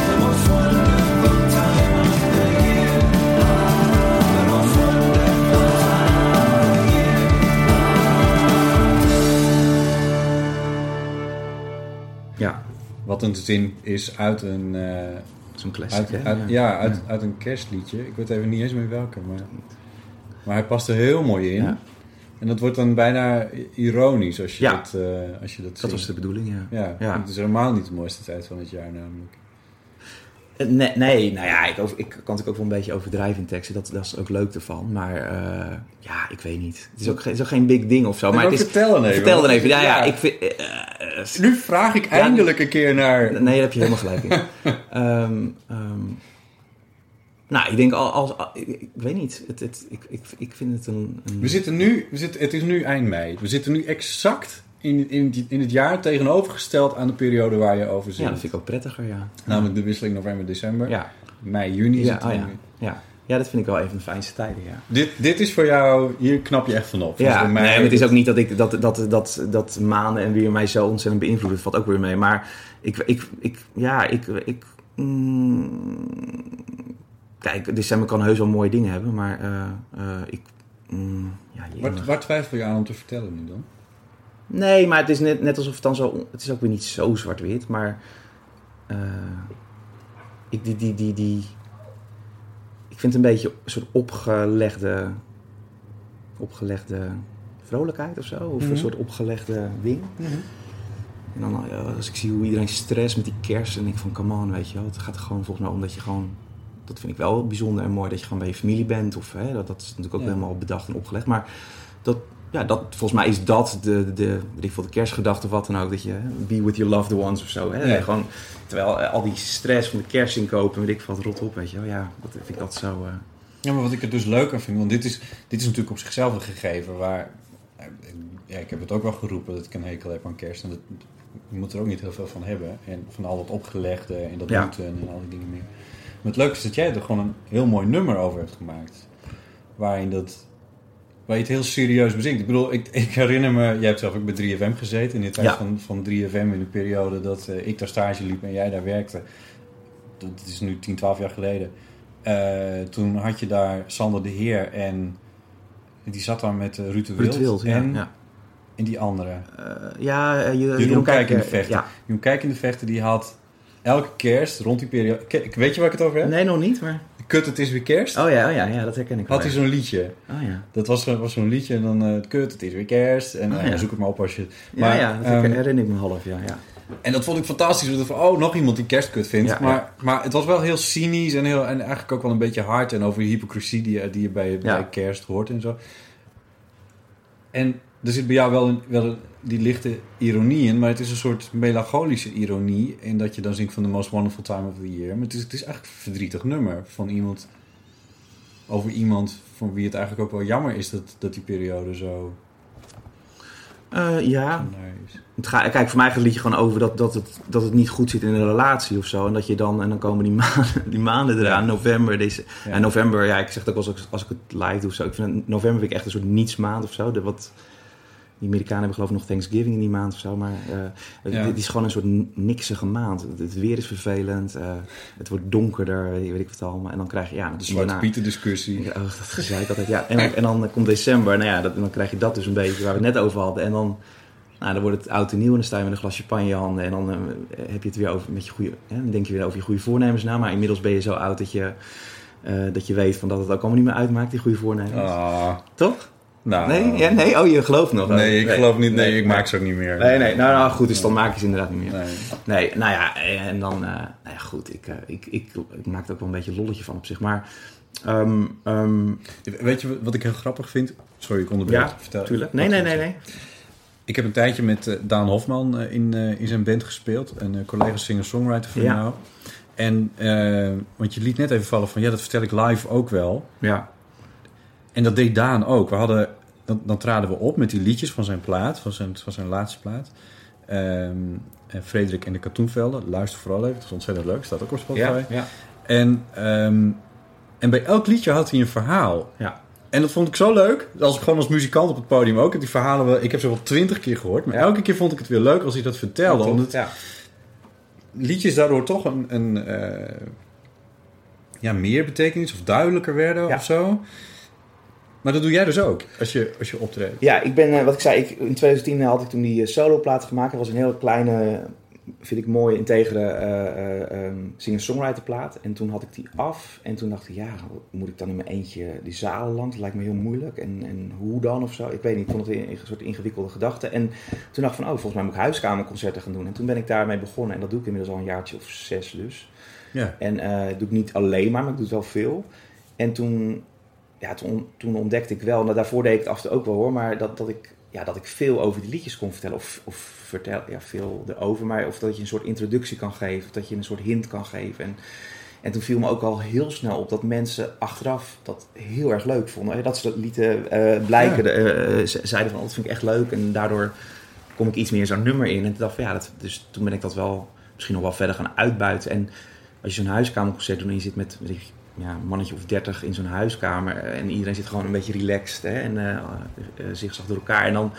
Ja. Wat een zin is uit een... Zo'n classic, uit een kerstliedje. Ik weet even niet eens meer welke. Maar hij past er heel mooi in. Ja. En dat wordt dan bijna ironisch als je dat zingt. Dat was de bedoeling, ja. Ja. Het is helemaal niet de mooiste tijd van het jaar namelijk. Nee, nou ja, ik kan natuurlijk ook wel een beetje overdrijven in teksten. Dat is ook leuk ervan. Maar ik weet niet. Het is ook geen big ding of zo. Maar vertel dan even. Vertel dan even. Ja. Ik vind, nu vraag ik eindelijk een keer naar... Nee, daar heb je helemaal gelijk in. Nou, ik denk ik weet niet. Ik vind het een... Het is nu eind mei. We zitten nu exact in het jaar tegenovergesteld aan de periode waar je over zit. Ja, dat vind ik ook prettiger, ja. Namelijk de wisseling november-december. Ja. Mei, juni zit er nu. Ja, dat vind ik wel even de fijnste tijden, ja. Dit is voor jou... Hier knap je echt van op. Ja, nee, maar het is ook niet dat maanden en weer mij zo ontzettend beïnvloeden. Dat valt ook weer mee. Maar kijk, december kan heus wel mooie dingen hebben, maar Waar twijfel je aan om te vertellen nu dan? Nee, maar het is net alsof het dan zo... Het is ook weer niet zo zwart-wit, maar... Ik vind het een beetje een soort opgelegde vrolijkheid of zo. Of een soort opgelegde ding. Mm-hmm. En dan als ik zie hoe iedereen stress met die kerst... en denk ik van, come on, weet je wel. Het gaat er gewoon volgens mij om dat je gewoon... Dat vind ik wel bijzonder en mooi, dat je gewoon bij je familie bent. Of, dat is natuurlijk ook helemaal bedacht en opgelegd. Maar volgens mij is dat de kerstgedachte of wat dan ook. Dat je be with your loved ones of zo. Hè? Ja. Gewoon, terwijl al die stress van de kerstinkopen, weet ik wat, rot op, weet je wel. Ja, dat vind ik altijd zo... Ja, maar wat ik er dus leuk aan vind, want dit is natuurlijk op zichzelf een gegeven waar... Ja, ik heb het ook wel geroepen dat ik een hekel heb aan kerst. En je moet er ook niet heel veel van hebben. En van al dat opgelegde en dat moeten en al die dingen meer. Maar het leuke is dat jij er gewoon een heel mooi nummer over hebt gemaakt. Waar je het heel serieus bezinkt. Ik bedoel, ik herinner me... Jij hebt zelf ook bij 3FM gezeten. In de tijd van 3FM in de periode dat ik daar stage liep en jij daar werkte. Dat is nu 10, 12 jaar geleden. Toen had je daar Sander de Heer en... Die zat daar met Ruud de Wild. En die andere. Jeroen Kijk in de Vechten. Ja. Jeroen Kijk in de Vechten, die had... Elke kerst, rond die periode... Weet je waar ik het over heb? Nee, nog niet, maar... Kut, het is weer kerst. Oh ja, dat herken ik wel. Had hij zo'n liedje. Oh ja. Dat was zo'n liedje en dan... Kut, het is weer kerst. En zoek het maar op als je... Maar, dat herinner ik me half, ja. En dat vond ik fantastisch. Nog iemand die kerstkut vindt. Ja, maar het was wel heel cynisch en eigenlijk ook wel een beetje hard. En over de hypocrisie die je bij kerst hoort en zo. En er zit bij jou wel die lichte ironie in, maar het is een soort melancholische ironie in dat je dan zingt van The Most Wonderful Time of the Year. Maar het is eigenlijk een verdrietig nummer van iemand over iemand van wie het eigenlijk ook wel jammer is dat die periode zo... Kijk, voor mij gaat het liedje gewoon over dat het niet goed zit in een relatie of zo. En dat je dan komen die maanden eraan, november. En november, ik zeg het ook als ik het live doe of zo. Ik vind november vind ik echt een soort nietsmaand of zo. Die Amerikanen hebben geloof ik nog Thanksgiving in die maand of zo. Maar het is gewoon een soort niksige maand. Het weer is vervelend. Het wordt donkerder, weet ik wat allemaal. En dan krijg je... de Zwarte Pieten discussie. Dat gezeik altijd, ja. En dan komt december. Nou ja, dan krijg je dat dus een beetje waar we het net over hadden. En dan wordt het oud en nieuw. En dan sta je met een glas champagne in je handen. En dan heb je het weer over met je goede... Dan denk je weer over je goede voornemens na. Maar inmiddels ben je zo oud dat je weet van dat het ook allemaal niet meer uitmaakt, die goede voornemens. Toch? Nou, nee? Nee? Oh, je gelooft nog? Nee, ik geloof niet. Nee, ik maak ze ook niet meer. Nee. Nou goed, dus dan maak je ze inderdaad niet meer. Nee, nou ja, en dan... goed, ik maak er ook wel een beetje lolletje van op zich. Maar... Weet je wat ik heel grappig vind? Sorry, ik onderbreek. Ja, vertel. Tuurlijk. Nee. Ik heb een tijdje met Daan Hofman in zijn band gespeeld. Een collega singer-songwriter van jou. En, want je liet net even vallen van... dat vertel ik live ook wel. Ja. En dat deed Daan ook. Dan traden we op met die liedjes van zijn plaat, van zijn laatste plaat. Frederik en de Katoenvelden. Luister vooral even, het is ontzettend leuk. Staat ook op Spotify. Ja. En bij elk liedje had hij een verhaal. Ja. En dat vond ik zo leuk. Als muzikant op het podium ook. Die verhalen, ik heb ze wel 20 keer gehoord. Maar elke keer vond ik het weer leuk als hij dat vertelde. Ja, omdat liedjes daardoor toch een meer betekenis of duidelijker werden of zo. Maar dat doe jij dus ook, als je optreedt. Ja, ik ben, wat ik zei, in 2010 had ik toen die soloplaat gemaakt. Dat was een hele kleine, vind ik mooie, integere singer-songwriter plaat. En toen had ik die af. En toen dacht ik, moet ik dan in mijn eentje die zalen langs? Dat lijkt me heel moeilijk. En hoe dan of zo? Ik weet niet, ik vond het een soort ingewikkelde gedachte. En toen dacht ik van, volgens mij moet ik huiskamerconcerten gaan doen. En toen ben ik daarmee begonnen. En dat doe ik inmiddels al een jaartje of 6 dus. Ja. En dat doe ik niet alleen maar ik doe het wel veel. En toen ontdekte ik wel, daarvoor deed ik het af en toe ook wel hoor, maar dat ik veel over die liedjes kon vertellen. Of vertel, veel erover, maar of dat je een soort introductie kan geven, of dat je een soort hint kan geven. En toen viel me ook al heel snel op dat mensen achteraf dat heel erg leuk vonden. Dat ze dat lieten blijken, zeiden van, dat vind ik echt leuk. En daardoor kom ik iets meer in zo'n nummer in. En toen dacht ik dus toen ben ik dat wel misschien nog wel verder gaan uitbuiten. En als je zo'n huiskamerconcert doet en je zit met een mannetje of 30 in zo'n huiskamer en iedereen zit gewoon een beetje relaxed en zigzag door elkaar. En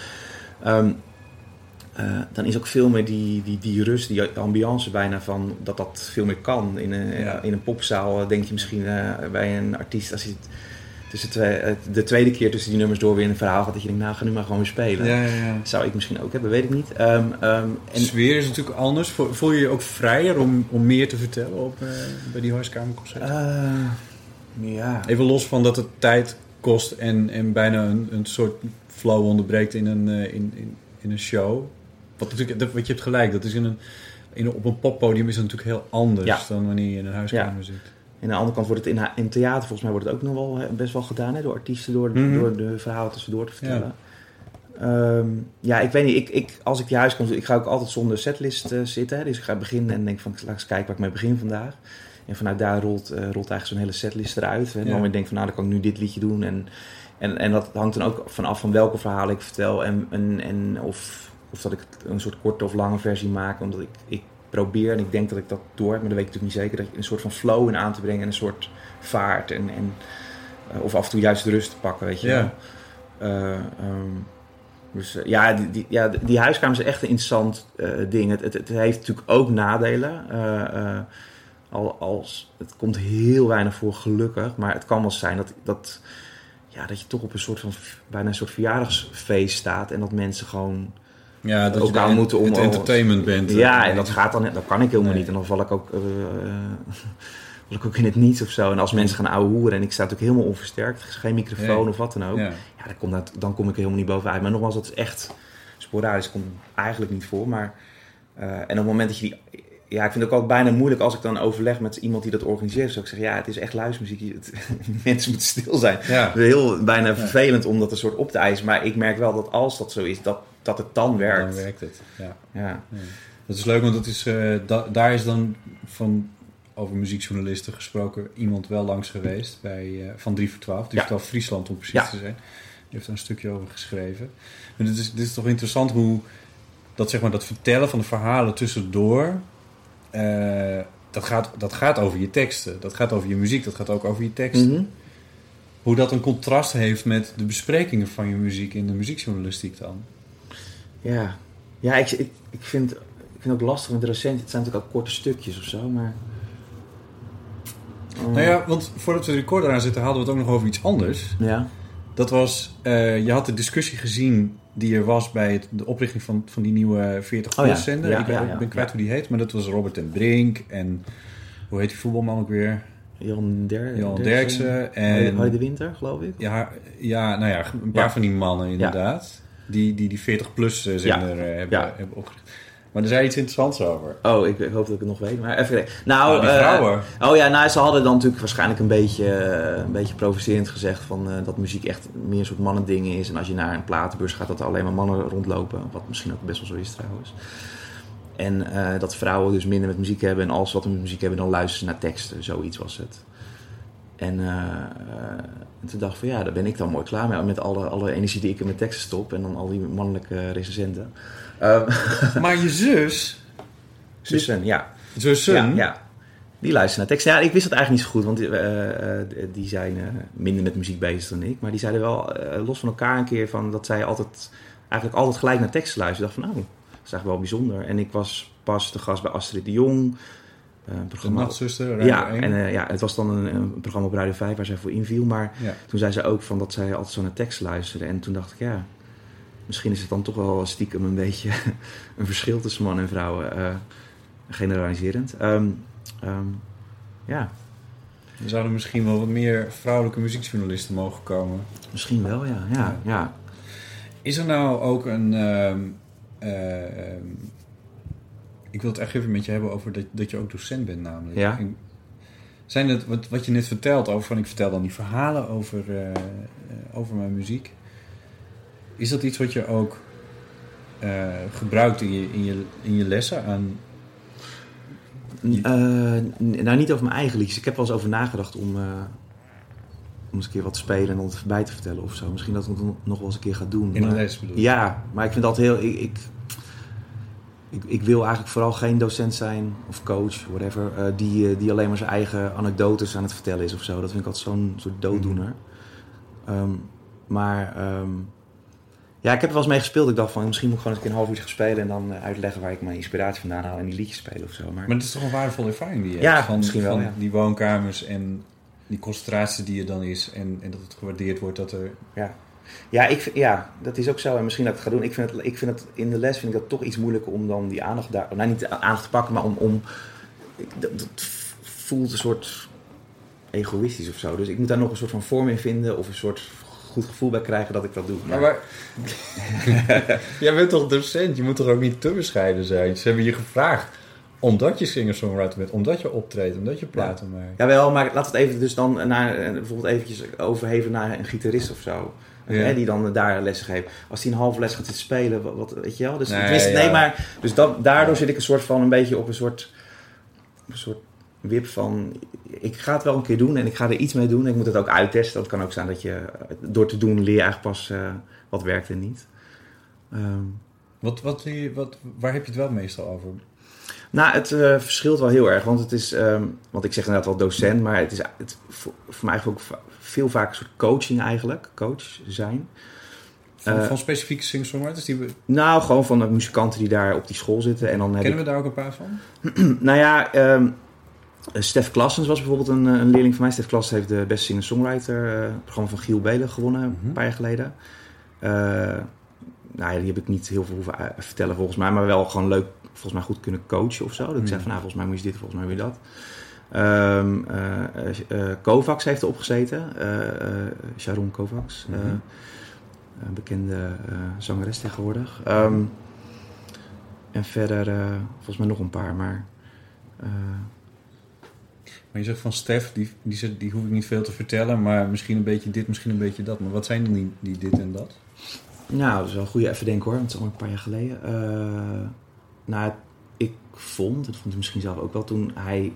dan is ook veel meer die rust, die ambiance bijna van dat veel meer kan. In een popzaal denk je misschien bij een artiest, als je de tweede keer tussen die nummers door weer in een verhaal gaat, dat je denkt, ga nu maar gewoon weer spelen. Ja. Zou ik misschien ook hebben, weet ik niet. De sfeer is natuurlijk anders. Voel je je ook vrijer om meer te vertellen bij die huiskamerconcerten? Ja. Even los van dat het tijd kost en bijna een soort flow onderbreekt in een show. Wat natuurlijk, wat je hebt gelijk, dat is op een poppodium is het natuurlijk heel anders dan wanneer je in een huiskamer zit. En aan de andere kant wordt het in theater, volgens mij wordt het ook nog wel best wel gedaan, hè, door artiesten, door de verhalen tussendoor te vertellen. Ik weet niet, als ik die huis kom, ik ga ook altijd zonder setlist zitten. Hè, dus ik ga beginnen en denk van, laat eens kijken waar ik mee begin vandaag. En vanuit daar rolt eigenlijk zo'n hele setlist eruit. En dan denk ik van, dan kan ik nu dit liedje doen. En dat hangt dan ook vanaf van welke verhalen ik vertel. En of dat ik een soort korte of lange versie maak. Omdat ik probeer, en ik denk dat ik dat door heb, maar dat weet ik natuurlijk niet zeker, dat je een soort van flow in aan te brengen en een soort vaart. Of af en toe juist de rust te pakken, weet je wel. Die huiskamer is echt een interessant ding. Het heeft natuurlijk ook nadelen. Het komt heel weinig voor, gelukkig. Maar het kan wel zijn dat je toch op een soort van bijna een soort verjaardagsfeest staat en dat mensen gewoon dat ook aan moeten om het entertainment bent. En dat gaat dan, dat kan ik helemaal niet. En dan val ik ook in het niets of zo. En als mensen gaan ouwe hoeren en ik sta natuurlijk helemaal onversterkt, geen microfoon of wat dan ook, dan kom ik er helemaal niet bovenuit. Maar nogmaals, dat is echt sporadisch, komt eigenlijk niet voor. Maar en op het moment dat je ik vind het ook altijd bijna moeilijk als ik dan overleg met iemand die dat organiseert. Zou ik zeggen, het is echt luistermuziek. Mensen moeten stil zijn. Ja. Het is heel bijna vervelend om dat een soort op te eisen. Maar ik merk wel dat als dat zo is, dat het dan werkt. Dan werkt het, ja. Dat is leuk, want dat is, daar is dan over muziekjournalisten gesproken iemand wel langs geweest van 3 voor 12. 3 voor 12 Friesland om precies te zijn. Die heeft daar een stukje over geschreven. En dit is toch interessant hoe dat, zeg maar, dat vertellen van de verhalen tussendoor, dat gaat over je teksten. Dat gaat over je muziek, dat gaat ook over je teksten. Mm-hmm. Hoe dat een contrast heeft met de besprekingen van je muziek in de muziekjournalistiek dan. Ja, ik vind het ook lastig met de recensie. Het zijn natuurlijk ook korte stukjes of zo, maar Nou ja, want voordat we de recorder aan zitten, hadden we het ook nog over iets anders. Ja. Dat was, je had de discussie gezien die er was bij de oprichting van die nieuwe 40-plus zender. Ik ben kwijt hoe die heet, maar dat was Robert ten Brink en hoe heet die voetbalman ook weer? Jan Derksen. En Harry de Winter, geloof ik. Een paar van die mannen inderdaad. Die 40-plus zender hebben opgericht. Maar er zei iets interessants over. Oh, ik hoop dat ik het nog weet. Maar even die vrouwen. Ze hadden dan natuurlijk waarschijnlijk een beetje provocerend gezegd van dat muziek echt meer een soort mannending is. En als je naar een platenbeurs gaat, dat er alleen maar mannen rondlopen. Wat misschien ook best wel zo is trouwens. En dat vrouwen dus minder met muziek hebben. En als ze wat met muziek hebben, dan luisteren ze naar teksten. Zoiets was het. En toen dacht ik van daar ben ik dan mooi klaar mee. Met alle energie die ik in mijn teksten stop. En dan al die mannelijke recensenten. Maar je zus... Zussen, ja. Zussen? Ja. Die luisteren naar teksten. Ja, ik wist dat eigenlijk niet zo goed, want die zijn minder met muziek bezig dan ik. Maar die zeiden wel los van elkaar een keer van dat zij eigenlijk altijd gelijk naar teksten luisteren. Ik dacht van, dat is eigenlijk wel bijzonder. En ik was pas te gast bij Astrid de Jong. De Nachtzuster, Radio ja, 1. En het was dan een programma op Radio 5 waar zij voor inviel. Maar toen zei ze ook van dat zij altijd zo naar teksten luisterde. En toen dacht ik, misschien is het dan toch wel stiekem een beetje een verschil tussen man en vrouw. Generaliserend. Er zouden misschien wel wat meer vrouwelijke muziekjournalisten mogen komen. Misschien wel, ja. Is er nou ook een... ik wil het echt even met je hebben over dat je ook docent bent namelijk. Ja. Zijn het, wat je net vertelt over... ik vertel dan die verhalen over mijn muziek. Is dat iets wat je ook gebruikt in je lessen aan... Nou, niet over mijn eigen liedjes. Ik heb wel eens over nagedacht om eens een keer wat te spelen en dan het bij te vertellen of zo. Misschien dat ik het nog wel eens een keer ga doen. In een les bedoel je? Ja, maar ik vind dat heel... Ik wil eigenlijk vooral geen docent zijn of coach, whatever, die alleen maar zijn eigen anekdotes aan het vertellen is of zo. Dat vind ik altijd zo'n soort dooddoener. Ja, ik heb er wel eens mee gespeeld. Ik dacht van, misschien moet ik gewoon eens een half uur gaan spelen en dan uitleggen waar ik mijn inspiratie vandaan haal en die liedjes spelen of zo. Maar het is toch een waardevolle ervaring die je hebt? Van, misschien wel, van die woonkamers en die concentratie die er dan is en dat het gewaardeerd wordt dat er... Ja, dat is ook zo. En misschien dat ik het ga doen. Ik vind het in de les vind ik dat toch iets moeilijker om dan die aandacht daar... Nou, niet aandacht te pakken, maar dat voelt een soort egoïstisch of zo. Dus ik moet daar nog een soort van vorm in vinden of een soort goed gevoel bij krijgen dat ik dat doe. Maar jij bent toch docent? Je moet toch ook niet te bescheiden zijn? Ze hebben je gevraagd omdat je singer-songwriter bent, omdat je optreedt, omdat je platen maakt. Jawel, maar laten we het even dus dan bijvoorbeeld eventjes overheven naar een gitarist of zo. Ja. Die dan daar lessen geeft. Als die een halve les gaat zitten spelen, wat weet je wel? Dus, dus daardoor zit ik een beetje op een soort wip van... Ik ga het wel een keer doen en ik ga er iets mee doen. Ik moet het ook uittesten. Dat kan ook zijn dat je door te doen leer je eigenlijk pas wat werkt en niet. Waar heb je het wel meestal over? Nou, het verschilt wel heel erg. Want het is... want ik zeg inderdaad wel docent, maar het is voor mij eigenlijk ook veel vaker een soort coaching eigenlijk. Coach zijn. Van specifieke singer-songwriters? Nou, gewoon van de muzikanten die daar op die school zitten. En dan kennen we daar ook een paar van? Nou ja, Stef Klassens was bijvoorbeeld een leerling van mij. Stef Klassens heeft de beste singer-songwriter, het programma van Giel Belen gewonnen een paar jaar geleden. Nou ja, die heb ik niet heel veel hoeven vertellen volgens mij, maar wel gewoon leuk, volgens mij goed kunnen coachen of zo. Dat ik zei van, volgens mij moet je dit, volgens mij moet je dat. Kovacs heeft erop gezeten. Sharon Kovacs. Een bekende zangeres tegenwoordig. En verder volgens mij nog een paar, maar... Maar je zegt van Stef, die hoef ik niet veel te vertellen, maar misschien een beetje dit, misschien een beetje dat. Maar wat zijn dan die dit en dat? Nou, dat is wel een goede even denken hoor, want het is al een paar jaar geleden. Nou, ik vond, dat vond ik misschien zelf ook wel, toen hij...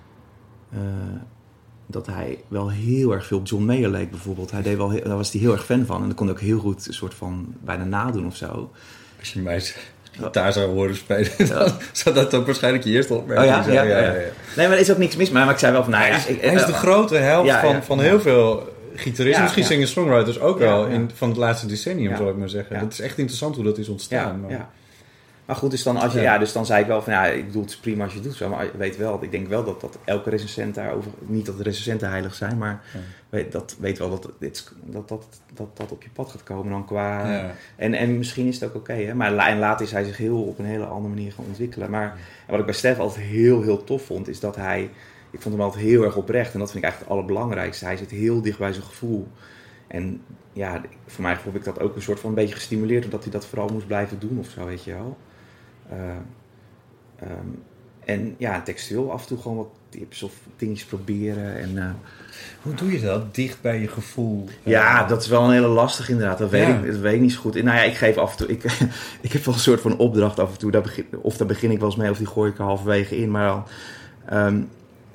dat hij wel heel erg veel op John Mayer leek bijvoorbeeld. Daar was hij heel erg fan van. En dat kon hij ook heel goed een soort van bijna nadoen of zo. Als je mij gitaar zou horen spelen, dan zou dat ook waarschijnlijk je eerste opmerking zijn. Ja. Nee, maar er is ook niks mis mee. Maar ik zei wel van... hij is de grote helft van heel veel gitaristen. Misschien singer-songwriters ook wel van het laatste decennium, zal ik maar zeggen. Dat is echt interessant hoe dat is ontstaan. Maar goed, dus dan, als je, dus dan zei ik wel van, ik bedoel, het is prima als je het doet zo, maar weet wel, ik denk wel dat elke recensent daarover, niet dat de recensenten heilig zijn, maar weet wel dat op je pad gaat komen dan qua... Ja. En misschien is het ook oké, hè? Maar later is hij zich op een hele andere manier gaan ontwikkelen. Maar wat ik bij Stef altijd heel, heel tof vond, is dat ik vond hem altijd heel erg oprecht en dat vind ik eigenlijk het allerbelangrijkste. Hij zit heel dicht bij zijn gevoel. En ja, voor mij heb ik dat ook een soort van een beetje gestimuleerd, omdat hij dat vooral moest blijven doen of zo, weet je wel. En textueel af en toe gewoon wat tips of dingetjes proberen. En, hoe doe je dat? Dicht bij je gevoel? Ja, dat is wel een hele lastig inderdaad. Dat weet ik niet zo goed. Nou ja, ik geef af en toe... Ik heb wel een soort van opdracht af en toe. Daar begin ik wel eens mee of die gooi ik er halverwege in. Maar dan...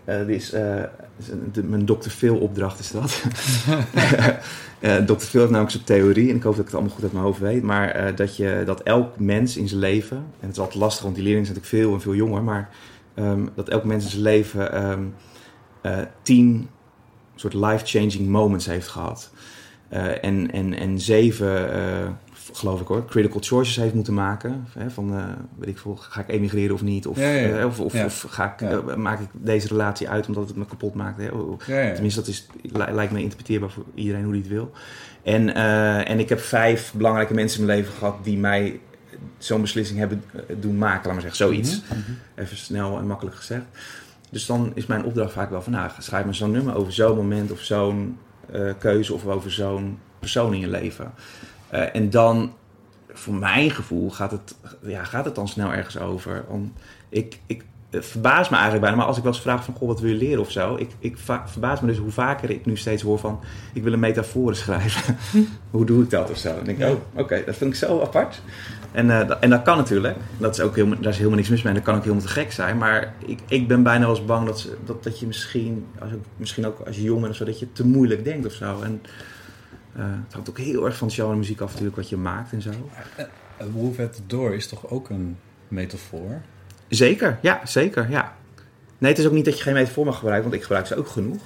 mijn Dr. Phil opdracht is dat. Dr. Phil heeft namelijk zo'n theorie, en ik hoop dat ik het allemaal goed uit mijn hoofd weet, maar dat elk mens in zijn leven, en het is altijd lastig, want die leerlingen zijn natuurlijk veel en veel jonger, maar dat elk mens in zijn leven 10 soort life-changing moments heeft gehad. En 7, geloof ik hoor, critical choices heeft moeten maken. Weet ik veel, ga ik emigreren of niet? Of maak ik deze relatie uit omdat het me kapot maakt? Tenminste, lijkt me interpreteerbaar voor iedereen hoe die het wil. En ik heb 5 belangrijke mensen in mijn leven gehad die mij zo'n beslissing hebben doen maken, laat maar zeggen, zoiets. Even snel en makkelijk gezegd. Dus dan is mijn opdracht vaak wel van, schrijf me zo'n nummer over zo'n moment of zo'n keuze of over zo'n persoon in je leven. En dan, voor mijn gevoel, gaat het dan snel ergens over. Het verbaast me eigenlijk bijna, maar als ik wel eens vraag van, wat wil je leren of zo? Ik verbaas me dus hoe vaker ik nu steeds hoor van, ik wil een metafoor schrijven. Hoe doe ik dat of zo? Dan denk ik, oké, dat vind ik zo apart. En dat kan natuurlijk. Daar is helemaal niks mis mee. En dat kan ook helemaal te gek zijn. Maar ik ben bijna wel eens bang dat je misschien ook als je jong bent of zo, dat je te moeilijk denkt of zo. En het hangt ook heel erg van het genre muziek af natuurlijk wat je maakt en zo. Move at the Door is toch ook een metafoor? Zeker, ja. Nee, het is ook niet dat je geen metafoor mag gebruiken, want ik gebruik ze ook genoeg.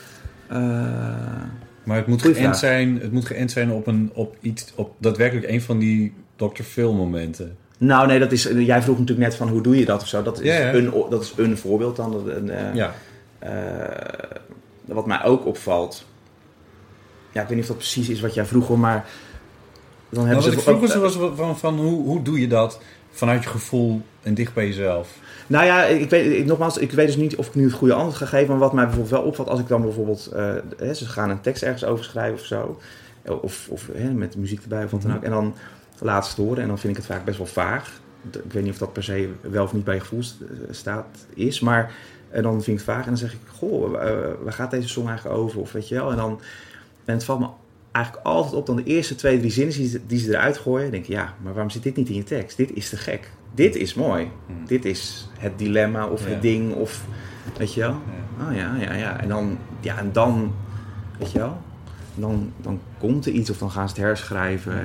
Maar het moet geënt zijn op daadwerkelijk een van die Dr. Phil momenten. Nou nee, jij vroeg natuurlijk net van hoe doe je dat of zo. Dat is een voorbeeld dan. Wat mij ook opvalt. Ja, ik weet niet of dat precies is wat jij vroeg hoor, maar dan hebben ik vroeg was van hoe doe je dat vanuit je gevoel en dicht bij jezelf? Nou ja, ik weet dus niet of ik nu het goede antwoord ga geven, maar wat mij bijvoorbeeld wel opvalt als ik dan bijvoorbeeld ze gaan een tekst ergens over schrijven of zo, of met muziek erbij of wat dan ook, en dan laat ze het horen en dan vind ik het vaak best wel vaag. Ik weet niet of dat per se wel of niet bij je gevoelsstaat is, maar dan vind ik het vaag en dan zeg ik, waar gaat deze song eigenlijk over? Of weet je wel, en het valt me eigenlijk altijd op dan de eerste 2, 3 zinnen die ze eruit gooien, denk ik, maar waarom zit dit niet in je tekst? Dit is te gek. Dit is mooi. Dit is het dilemma of het ding of, weet je wel? Ja. En dan, weet je wel? Dan komt er iets of dan gaan ze het herschrijven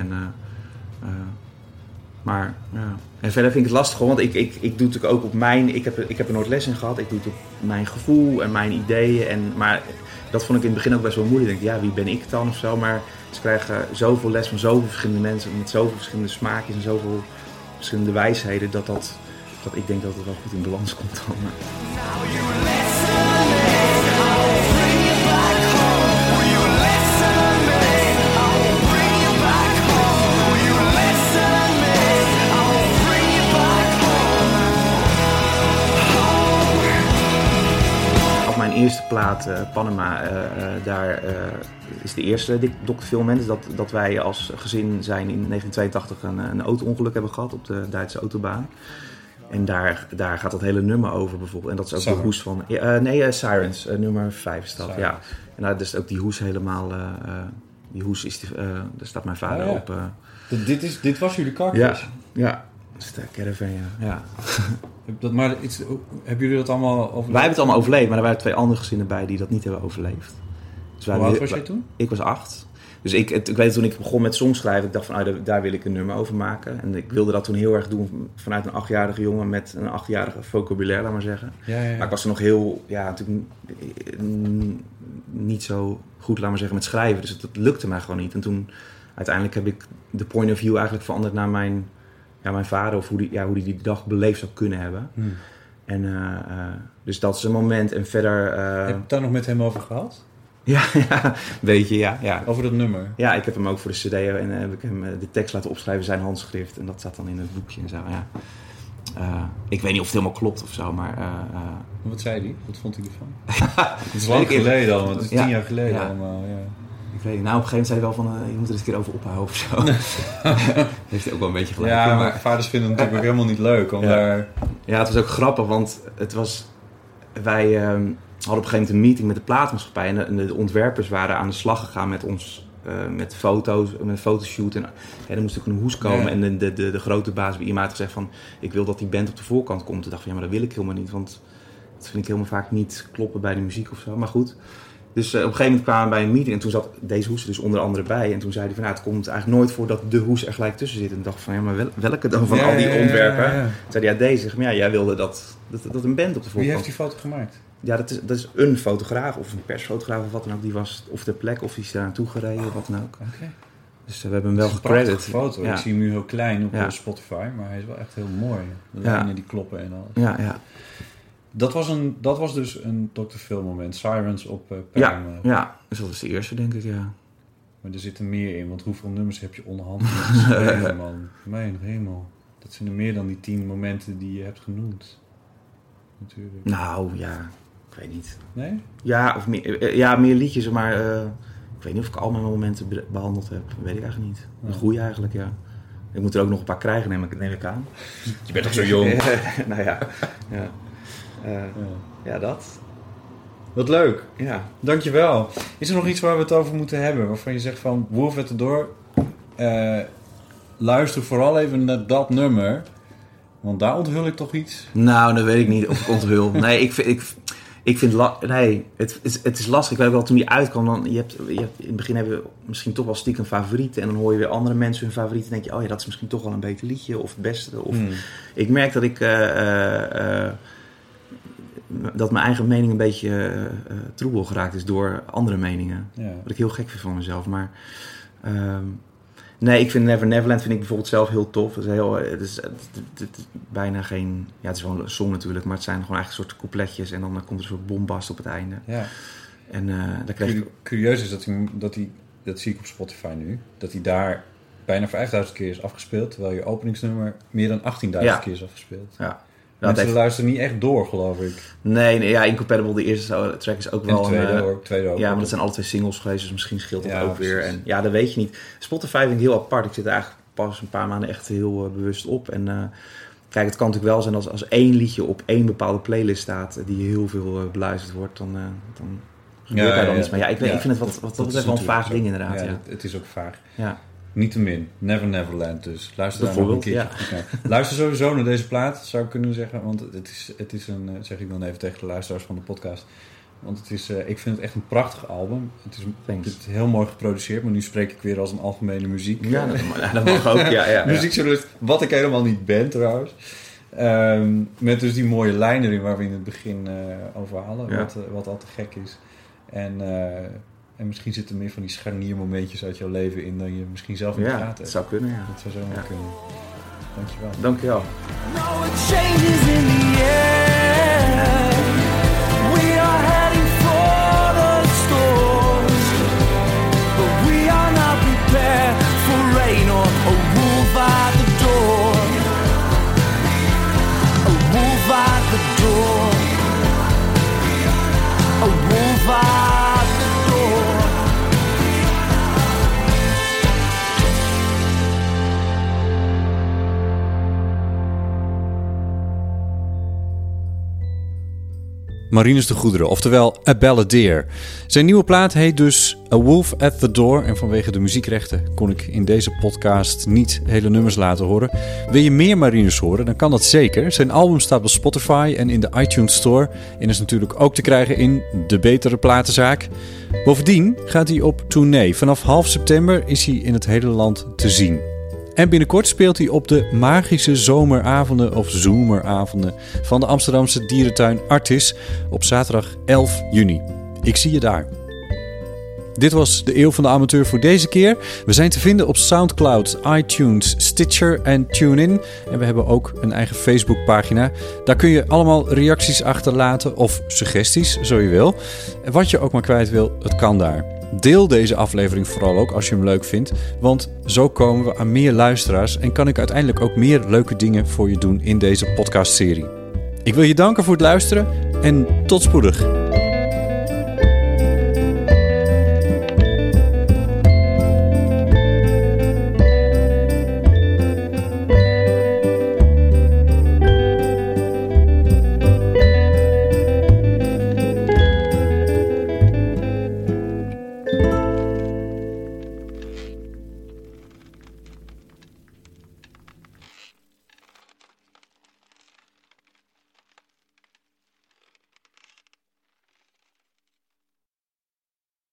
maar ja. En verder vind ik het lastig hoor, want ik doe het natuurlijk ook op ik heb er nooit les in gehad. Ik doe het op mijn gevoel en mijn ideeën maar dat vond ik in het begin ook best wel moeilijk. Ik denk, wie ben ik dan of zo? Maar ze krijgen zoveel les van zoveel verschillende mensen met zoveel verschillende smaakjes en zoveel verschillende wijsheden dat ik denk dat het wel goed in balans komt dan. Mijn eerste plaat, Panama, daar is de eerste Dr. Phil moment dat wij als gezin zijn in 1982 een auto-ongeluk hebben gehad op de Duitse autobaan. En daar gaat dat hele nummer over bijvoorbeeld. En dat is ook de hoes van... Sirens, nummer 5 is dat, ja. En daar is ook die hoes helemaal... die hoes is... daar staat mijn vader op. Dit was jullie carcrash? Ja. Dat is de caravan, ja. Maar hebben jullie dat allemaal overleefd? Wij hebben het allemaal overleefd, maar er waren 2 andere gezinnen bij die dat niet hebben overleefd. Dus hoe oud was jij toen? Ik was 8. Dus ik weet toen ik begon met songschrijven, ik dacht van daar wil ik een nummer over maken. En ik wilde dat toen heel erg doen vanuit een 8-jarige jongen met een 8-jarige vocabulaire, laat maar zeggen. Ja. Maar ik was er nog heel, natuurlijk niet zo goed, laat maar zeggen, met schrijven. Dus dat lukte mij gewoon niet. En toen uiteindelijk heb ik de point of view eigenlijk veranderd naar mijn vader of hoe die dag beleefd zou kunnen hebben. En dus dat is een moment. En verder... Heb je het daar nog met hem over gehad? Ja, een beetje, ja. Over dat nummer? Ja, ik heb hem ook voor de cd en heb ik hem de tekst laten opschrijven, zijn handschrift. En dat zat dan in het boekje en zo, ja. Ik weet niet of het helemaal klopt of zo, maar... Wat zei hij? Wat vond hij ervan? Het is lang geleden al, het is 10 jaar geleden allemaal, ja. Ik weet niet. Nou, op een gegeven moment zei hij wel van, je moet er eens een keer over ophouden of zo. Heeft hij ook wel een beetje gelijk. Ja, maar vaders vinden het natuurlijk ook helemaal niet leuk om daar... Ja, het was ook grappig, want wij hadden op een gegeven moment een meeting met de platenmaatschappij en de ontwerpers waren aan de slag gegaan met ons, met foto's, met een fotoshoot. En er moest ook een hoes komen en de grote baas bij IMA had gezegd van, ik wil dat die band op de voorkant komt. Toen dacht ik van, maar dat wil ik helemaal niet, want dat vind ik helemaal vaak niet kloppen bij de muziek of zo. Maar goed. Dus op een gegeven moment kwamen we bij een meeting en toen zat deze hoes er dus onder andere bij. En toen zei hij van, het komt eigenlijk nooit voor dat de hoes er gelijk tussen zit. En ik dacht van, maar welke dan van al die ontwerpen? Ja. Toen zei hij, deze. Maar jij wilde dat een band op de voorkant. Wie heeft die foto gemaakt? Ja, dat is een fotograaf of een persfotograaf of wat dan ook. Die was of ter plekke of die is daar naartoe gereden of wat dan ook. Okay. Dus we hebben hem wel gecredit. Een foto. Ja. Ik zie hem nu heel klein op Spotify, maar hij is wel echt heel mooi. De lijnen die kloppen en alles. Ja. Dat was dus een Dr. Phil moment. Sirens op Perm. Ja, dus dat was de eerste, denk ik, ja. Maar er zitten meer in, want hoeveel nummers heb je onderhand geschreven, man? Mijn hemel. Dat zijn er meer dan die 10 momenten die je hebt genoemd. Natuurlijk. Nou, ja. Ik weet niet. Nee? Ja, of meer, meer liedjes, maar ik weet niet of ik al mijn momenten behandeld heb. Dat weet ik eigenlijk niet. Een goeie eigenlijk, ja. Ik moet er ook nog een paar krijgen, neem ik aan. Je bent toch zo jong? Nou ja. Ja, dat. Wat leuk. Ja. Dankjewel. Is er nog iets waar we het over moeten hebben? Waarvan je zegt van, Wolf at the Door, luister vooral even naar dat nummer. Want daar onthul ik toch iets? Nou, dat weet ik niet of ik onthul. Nee, ik vind het is lastig. Ik weet wel, toen die uitkwam, dan je hebt in het begin hebben we misschien toch wel stiekem favorieten. En dan hoor je weer andere mensen hun favorieten. En denk je, oh ja, dat is misschien toch wel een beter liedje. Of het beste. Of, ik merk dat ik... dat mijn eigen mening een beetje troebel geraakt is door andere meningen. Ja. Wat ik heel gek vind van mezelf. Maar nee, ik vind Never Neverland vind ik bijvoorbeeld zelf heel tof. Het is bijna geen... Ja, het is wel een song natuurlijk, maar het zijn gewoon eigenlijk een soort coupletjes en dan komt er een soort bombast op het einde. Ja. En daar krijg ik... Curieus is dat zie ik op Spotify nu, dat hij daar bijna 5.000 keer is afgespeeld, terwijl je openingsnummer meer dan 18.000 keer is afgespeeld. Ja. Mensen luisteren niet echt door, geloof ik. Nee, Incompatible, de eerste track is ook wel... En tweede ook. Ja, maar dat zijn alle 2 singles geweest, dus misschien scheelt dat ook weer. En ja, dat weet je niet. Spotify vind ik heel apart. Ik zit er eigenlijk pas een paar maanden echt heel bewust op. En kijk, het kan natuurlijk wel zijn als één liedje op één bepaalde playlist staat, die heel veel beluisterd wordt, dan gebeurt daar dan iets. Maar ja, ik vind het wat dat is wel een vaag ding inderdaad. Ja, het is ook vaag. Ja. Niettemin, Never Neverland dus. Luister daar nog een keertje goed naar. Luister sowieso naar deze plaat, zou ik kunnen zeggen. Want het is een, zeg ik dan even tegen de luisteraars van de podcast. Want het is, ik vind het echt een prachtig album. Het is heel mooi geproduceerd, maar nu spreek ik weer als een algemene muziek. Ja, dat mag ook, ja. Muziekjournalist, wat ik helemaal niet ben trouwens. Met dus die mooie lijn erin waar we in het begin over hadden, wat al te gek is. En misschien zitten meer van die scharniermomentjes uit jouw leven in dan je misschien zelf in de gaten hebt. Dat zou kunnen, ja. Dat zou zomaar kunnen. Dankjewel. Dankjewel. No, it changes in the air. We are heading for the storm. But we are not prepared for rain or a wolf at the door. A wolf at the door. A wolf at the door. Marinus de Goederen, oftewel A Balladeer. Zijn nieuwe plaat heet dus A Wolf at the Door. En vanwege de muziekrechten kon ik in deze podcast niet hele nummers laten horen. Wil je meer Marinus horen, dan kan dat zeker. Zijn album staat op Spotify en in de iTunes Store. En is natuurlijk ook te krijgen in de betere platenzaak. Bovendien gaat hij op tournee. Vanaf half september is hij in het hele land te zien. En binnenkort speelt hij op de magische zomeravonden of zomeravonden van de Amsterdamse dierentuin Artis op zaterdag 11 juni. Ik zie je daar. Dit was de Eeuw van de Amateur voor deze keer. We zijn te vinden op Soundcloud, iTunes, Stitcher en TuneIn. En we hebben ook een eigen Facebookpagina. Daar kun je allemaal reacties achterlaten of suggesties, zo je wil. En wat je ook maar kwijt wil, het kan daar. Deel deze aflevering vooral ook als je hem leuk vindt, want zo komen we aan meer luisteraars en kan ik uiteindelijk ook meer leuke dingen voor je doen in deze podcastserie. Ik wil je danken voor het luisteren en tot spoedig.